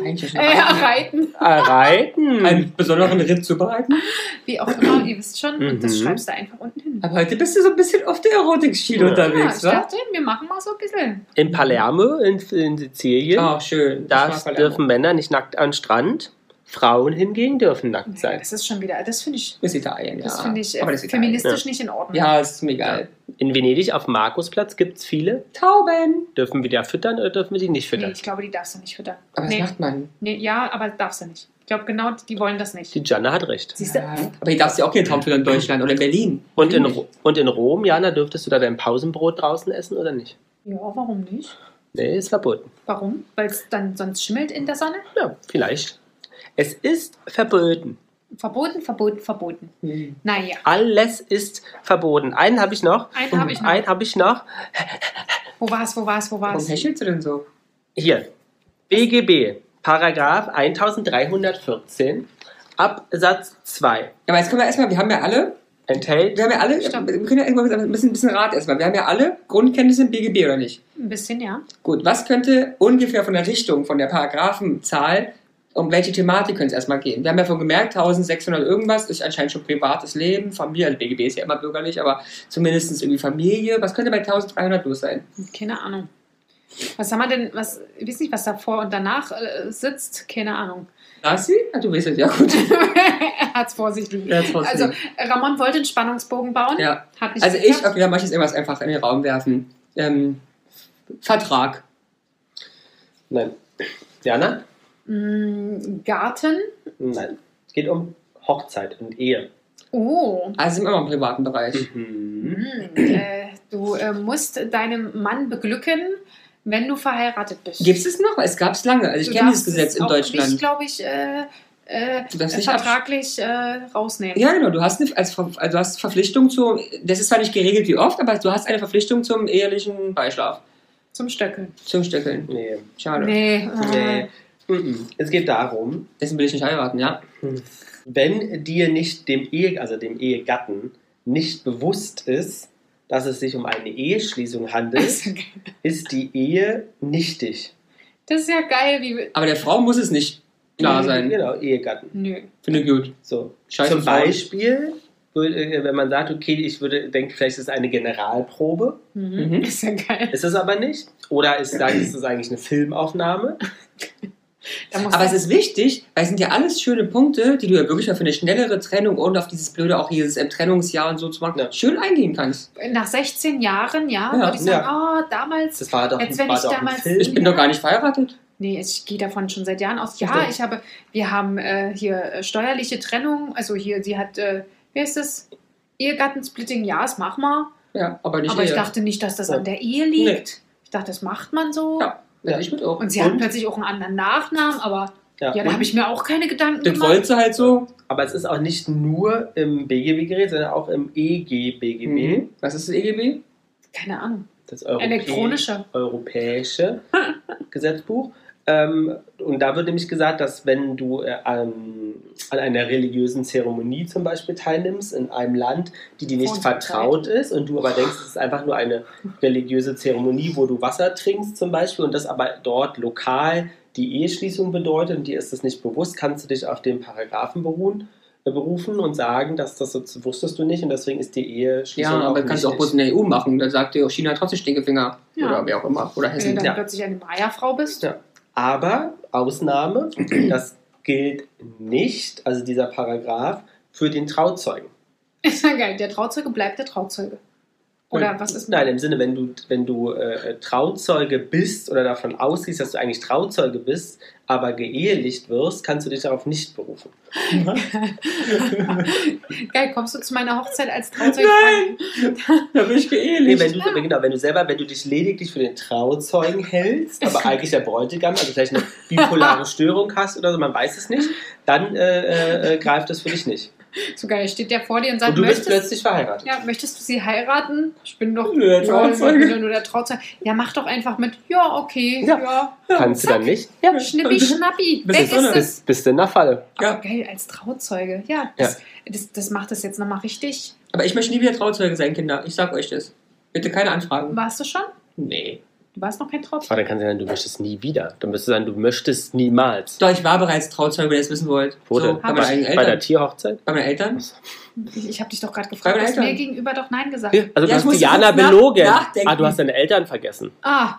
Speaker 2: Erreiten? Einen besonderen Ritt zu bereiten?
Speaker 1: Wie auch immer, ihr wisst schon. Und das schreibst du einfach unten hin.
Speaker 2: Aber heute bist du so ein bisschen auf der Erotik-Schiene unterwegs,
Speaker 1: wa? Ich dachte, wir machen mal so ein bisschen.
Speaker 4: In Palermo, in Sizilien.
Speaker 2: Oh, schön.
Speaker 4: Da dürfen Männer nicht nackt an den Strand. Frauen hingegen dürfen nackt sein.
Speaker 1: Das ist schon wieder, das finde ich...
Speaker 2: Das ist Italien, ja.
Speaker 1: Das finde ich feministisch nicht in Ordnung.
Speaker 2: Ja, ist mir egal.
Speaker 4: In Venedig auf dem Markusplatz gibt es viele
Speaker 2: Tauben.
Speaker 4: Dürfen wir die füttern oder dürfen wir die nicht füttern?
Speaker 1: Nee, ich glaube, die darfst du nicht füttern.
Speaker 2: Aber das macht man.
Speaker 1: Nee, ja, aber darfst du nicht. Ich glaube, genau, die wollen das nicht.
Speaker 4: Die Gianna hat recht.
Speaker 1: Siehst du?
Speaker 2: Ja, aber die darfst du auch keinen Traum füttern in Deutschland oder in Berlin.
Speaker 4: Und in Rom, Jana, dürftest du da dein Pausenbrot draußen essen oder nicht?
Speaker 1: Ja, warum nicht?
Speaker 4: Nee, ist verboten.
Speaker 1: Warum? Weil es dann sonst schimmelt in der Sonne?
Speaker 4: Ja, vielleicht. Es ist verboten.
Speaker 1: Verboten. Naja.
Speaker 4: Alles ist verboten. Einen habe ich noch.
Speaker 1: Wo war's?
Speaker 2: Warum hechelst du denn so?
Speaker 4: Hier. BGB. Paragraph 1314. Absatz 2.
Speaker 2: Aber jetzt können wir erstmal, wir haben ja alle...
Speaker 4: Enthält...
Speaker 2: Wir können ja erstmal ein bisschen Rat erstmal. Wir haben ja alle Grundkenntnisse im BGB, oder nicht?
Speaker 1: Ein bisschen, ja.
Speaker 2: Gut, was könnte ungefähr von der Richtung, von der Paragraphenzahl... Um welche Thematik könnte es erstmal gehen? Wir haben ja schon gemerkt, 1600 irgendwas ist anscheinend schon privates Leben, Familie, also BGB ist ja immer bürgerlich, aber zumindest irgendwie Familie. Was könnte bei 1300 los sein?
Speaker 1: Keine Ahnung. Was haben wir denn, ich weiß nicht, was davor und danach sitzt, keine Ahnung.
Speaker 2: Nasi? Ja, du weißt es, ja gut.
Speaker 1: Er hat es vor sich liegen. Also Ramon wollte einen Spannungsbogen bauen,
Speaker 2: ja.
Speaker 1: Hat nicht
Speaker 2: also geklappt. Da möchte ich jetzt irgendwas einfach in den Raum werfen. Vertrag.
Speaker 4: Nein. Jana?
Speaker 1: Garten?
Speaker 4: Nein, es geht um Hochzeit und Ehe.
Speaker 1: Oh.
Speaker 2: Also sind wir noch im privaten Bereich.
Speaker 1: Du musst deinem Mann beglücken, wenn du verheiratet bist.
Speaker 2: Gibt es noch? Es gab es lange. Also ich kenne dieses Gesetz in Deutschland.
Speaker 1: Ich glaube, vertraglich rausnehmen.
Speaker 2: Ja, genau. Du hast du hast Verpflichtung zu, das ist zwar nicht geregelt wie oft, aber du hast eine Verpflichtung zum ehelichen Beischlaf.
Speaker 1: Zum Stöckeln.
Speaker 4: Nee.
Speaker 2: Schade.
Speaker 1: Nee.
Speaker 4: Es geht darum,
Speaker 2: dessen will ich nicht heiraten, ja.
Speaker 4: Wenn dir nicht dem Ehegatten nicht bewusst ist, dass es sich um eine Eheschließung handelt, ist die Ehe nichtig.
Speaker 1: Das ist ja geil.
Speaker 2: Aber der Frau muss es nicht klar sein.
Speaker 4: Genau, Ehegatten.
Speaker 1: Nö.
Speaker 2: Finde ich gut.
Speaker 4: So. Zum Beispiel, wenn man sagt, okay, ich denke, vielleicht ist es eine Generalprobe.
Speaker 1: Ist ja geil.
Speaker 4: Ist es aber nicht. Oder ist es eigentlich eine Filmaufnahme.
Speaker 2: Aber es ist wichtig, weil es sind ja alles schöne Punkte, die du ja wirklich für eine schnellere Trennung und auf dieses blöde, auch dieses Trennungsjahr und so zu machen, schön eingehen kannst.
Speaker 1: Nach 16 Jahren, würde ich sagen, damals,
Speaker 4: das war doch,
Speaker 1: jetzt wenn ich damals...
Speaker 2: Ich bin doch gar nicht verheiratet.
Speaker 1: Nee, ich gehe davon schon seit Jahren aus. Ja, wir haben hier steuerliche Trennung, also hier, sie hat, wie heißt das? Ehegattensplitting, ja, das machen wir.
Speaker 2: Ja, aber nicht
Speaker 1: Aber ich dachte nicht, dass das an der Ehe liegt. Nee. Ich dachte, das macht man so.
Speaker 2: Ja. Ja, ich auch.
Speaker 1: Und sie hat plötzlich auch einen anderen Nachnamen, aber da habe ich mir auch keine Gedanken gemacht.
Speaker 2: Das wollte sie halt so.
Speaker 4: Aber es ist auch nicht nur im BGB geregelt, sondern auch im EGBGB.
Speaker 2: Was ist das EGB?
Speaker 1: Keine Ahnung.
Speaker 4: Das
Speaker 1: elektronische.
Speaker 4: Europäische Gesetzbuch. Und da wird nämlich gesagt, dass wenn du an einer religiösen Zeremonie zum Beispiel teilnimmst, in einem Land, die dir nicht vertraut ist und du aber denkst, es ist einfach nur eine religiöse Zeremonie, wo du Wasser trinkst zum Beispiel und das aber dort lokal die Eheschließung bedeutet und dir ist das nicht bewusst, kannst du dich auf den Paragraphen berufen und sagen, dass das so wusstest du nicht und deswegen ist die Eheschließung
Speaker 2: aber kannst du auch bloß in der EU machen. Dann sagt dir auch China trotzdem Stinkefinger oder wer auch immer. Oder Hessen.
Speaker 1: Wenn du dann plötzlich eine Maya-Frau bist.
Speaker 4: Ja. Aber, Ausnahme, das gilt nicht, also dieser Paragraph, für den Trauzeugen.
Speaker 1: Ist ja geil, der Trauzeuge bleibt der Trauzeuge. Oder was ist mit?
Speaker 4: Nein, im Sinne, wenn du Trauzeuge bist oder davon ausgehst, dass du eigentlich Trauzeuge bist, aber geehelicht wirst, kannst du dich darauf nicht berufen.
Speaker 1: Geil, kommst du zu meiner Hochzeit als Trauzeuge?
Speaker 2: Nein, da bin ich geehelicht.
Speaker 4: Wenn du dich lediglich für den Trauzeugen hältst, aber eigentlich der Bräutigam, also vielleicht eine bipolare Störung hast oder so, man weiß es nicht, dann greift das für dich nicht.
Speaker 1: So geil, steht der vor dir und sagt,
Speaker 4: und du bist plötzlich verheiratet.
Speaker 1: Ja, möchtest du sie heiraten? Ich bin doch
Speaker 2: nur der Trauzeuge.
Speaker 1: Nur der Trauzeuge. Ja, mach doch einfach mit. Ja, okay. Ja.
Speaker 4: Kannst du dann nicht?
Speaker 1: Ja, schnippi, schnappi. Weg ist es.
Speaker 4: Bist du in der Falle.
Speaker 1: Aber geil, als Trauzeuge. Ja, das macht das jetzt nochmal richtig.
Speaker 2: Aber ich möchte nie wieder Trauzeuge sein, Kinder. Ich sag euch das. Bitte keine Anfragen.
Speaker 1: Warst du schon?
Speaker 2: Nee.
Speaker 1: Du warst noch kein Trauzeuge.
Speaker 4: Aber dann kannst du sagen, du möchtest nie wieder. Dann müsstest du sagen, du möchtest niemals.
Speaker 2: Doch, ich war bereits Trauzeuge, wenn ihr es wissen wollt.
Speaker 4: Wo denn? Bei der Tierhochzeit?
Speaker 2: Bei meinen Eltern?
Speaker 1: Ich habe dich doch gerade gefragt, du hast mir gegenüber doch Nein gesagt.
Speaker 4: Ja, also du hast Diana belogen. Du hast deine Eltern vergessen.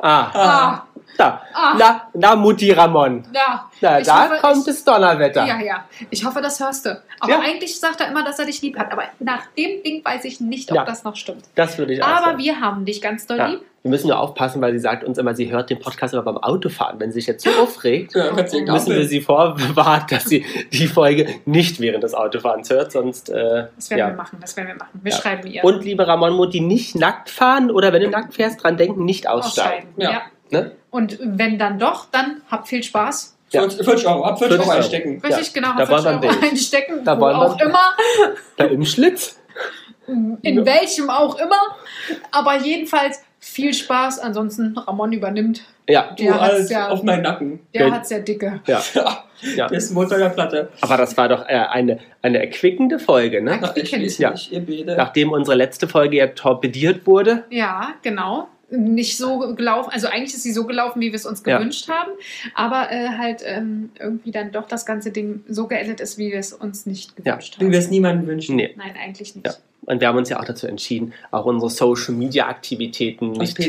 Speaker 4: Na, Mutti Ramon. Da kommt das Donnerwetter.
Speaker 1: Ja. Ich hoffe, das hörst du. Aber eigentlich sagt er immer, dass er dich lieb hat. Aber nach dem Ding weiß ich nicht, ob das noch stimmt.
Speaker 4: Das würde ich auch
Speaker 1: sagen.
Speaker 4: Aber
Speaker 1: wir haben dich ganz doll lieb.
Speaker 4: Wir müssen nur aufpassen, weil sie sagt uns immer, sie hört den Podcast immer beim Autofahren. Wenn sie sich jetzt so aufregt, müssen wir sie vorwarnen, dass sie die Folge nicht während des Autofahrens hört. Sonst,
Speaker 1: das werden wir machen. Wir schreiben ihr.
Speaker 4: Und liebe Ramon Mutti, nicht nackt fahren oder wenn du nackt fährst, dran denken, nicht aussteigen.
Speaker 1: Ja. Ne? Und wenn dann doch, dann habt viel Spaß.
Speaker 2: 40 Euro, ab 40 Euro einstecken.
Speaker 1: Richtig, genau, ab 40 Euro einstecken.
Speaker 4: Da
Speaker 1: wo auch immer.
Speaker 4: Da im Schlitz.
Speaker 1: In welchem auch immer. Aber jedenfalls viel Spaß. Ansonsten Ramon übernimmt.
Speaker 2: Ja, du alles auf meinen Nacken.
Speaker 1: Der hat's ja dicke.
Speaker 4: Ja.
Speaker 2: Der ist ein Mutter der Platte.
Speaker 4: Aber das war doch eine erquickende Folge, ne? Nachdem unsere letzte Folge ja torpediert wurde.
Speaker 1: Ja, genau. Nicht so gelaufen, also eigentlich ist sie so gelaufen, wie wir es uns gewünscht haben, aber irgendwie dann doch das ganze Ding so geendet ist, wie wir es uns nicht gewünscht haben.
Speaker 2: Wie wir es niemandem wünschen.
Speaker 4: Nee.
Speaker 1: Nein, eigentlich nicht.
Speaker 4: Ja. Und wir haben uns ja auch dazu entschieden, auch unsere Social-Media-Aktivitäten nicht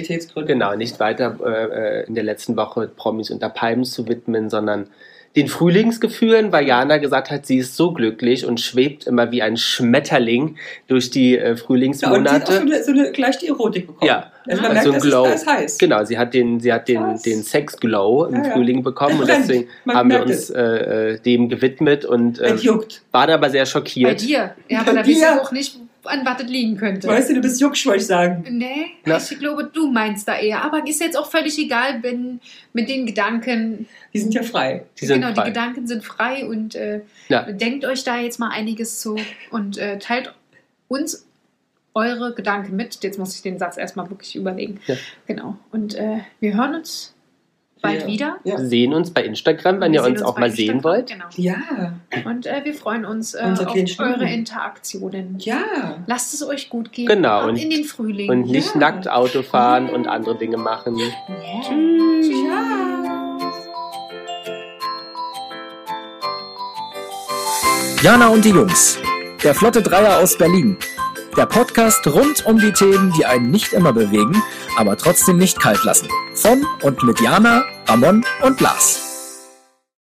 Speaker 4: weiter in der letzten Woche Promis unter Palmen zu widmen, sondern den Frühlingsgefühlen, weil Jana gesagt hat, sie ist so glücklich und schwebt immer wie ein Schmetterling durch die Frühlingsmonate.
Speaker 2: Ja, und sie hat auch so eine leichte Erotik bekommen.
Speaker 4: Ja,
Speaker 2: also man merkt,
Speaker 4: so ein Glow.
Speaker 2: Das ist heiß.
Speaker 4: Genau, sie hat den Sex-Glow im Frühling bekommen und deswegen haben wir uns dem gewidmet und waren aber sehr schockiert.
Speaker 1: Bei dir? Ja, aber da wissen wir auch nicht, an was das liegen könnte.
Speaker 2: Weißt du, du bist jucksch, wollte ich sagen.
Speaker 1: Nee, ich glaube, du meinst da eher. Aber ist jetzt auch völlig egal, wenn mit den Gedanken...
Speaker 2: Die sind ja frei.
Speaker 1: Die Gedanken sind frei und denkt euch da jetzt mal einiges zu und teilt uns eure Gedanken mit. Jetzt muss ich den Satz erstmal wirklich überlegen. Ja. Genau. Und wir hören uns bald wieder.
Speaker 4: Ja. Wir sehen uns bei Instagram, wenn ihr uns auch mal sehen wollt.
Speaker 1: Genau.
Speaker 2: Ja.
Speaker 1: Und wir freuen uns auf eure Interaktionen.
Speaker 2: Ja.
Speaker 1: Lasst es euch gut gehen.
Speaker 4: Genau.
Speaker 1: Und in den Frühling.
Speaker 4: Und nicht nackt Auto fahren und andere Dinge machen.
Speaker 1: Ja. Tschüss. Ja.
Speaker 3: Jana und die Jungs. Der Flotte Dreier aus Berlin. Der Podcast rund um die Themen, die einen nicht immer bewegen, aber trotzdem nicht kalt lassen. Von und mit Jana, Ramon und Lars.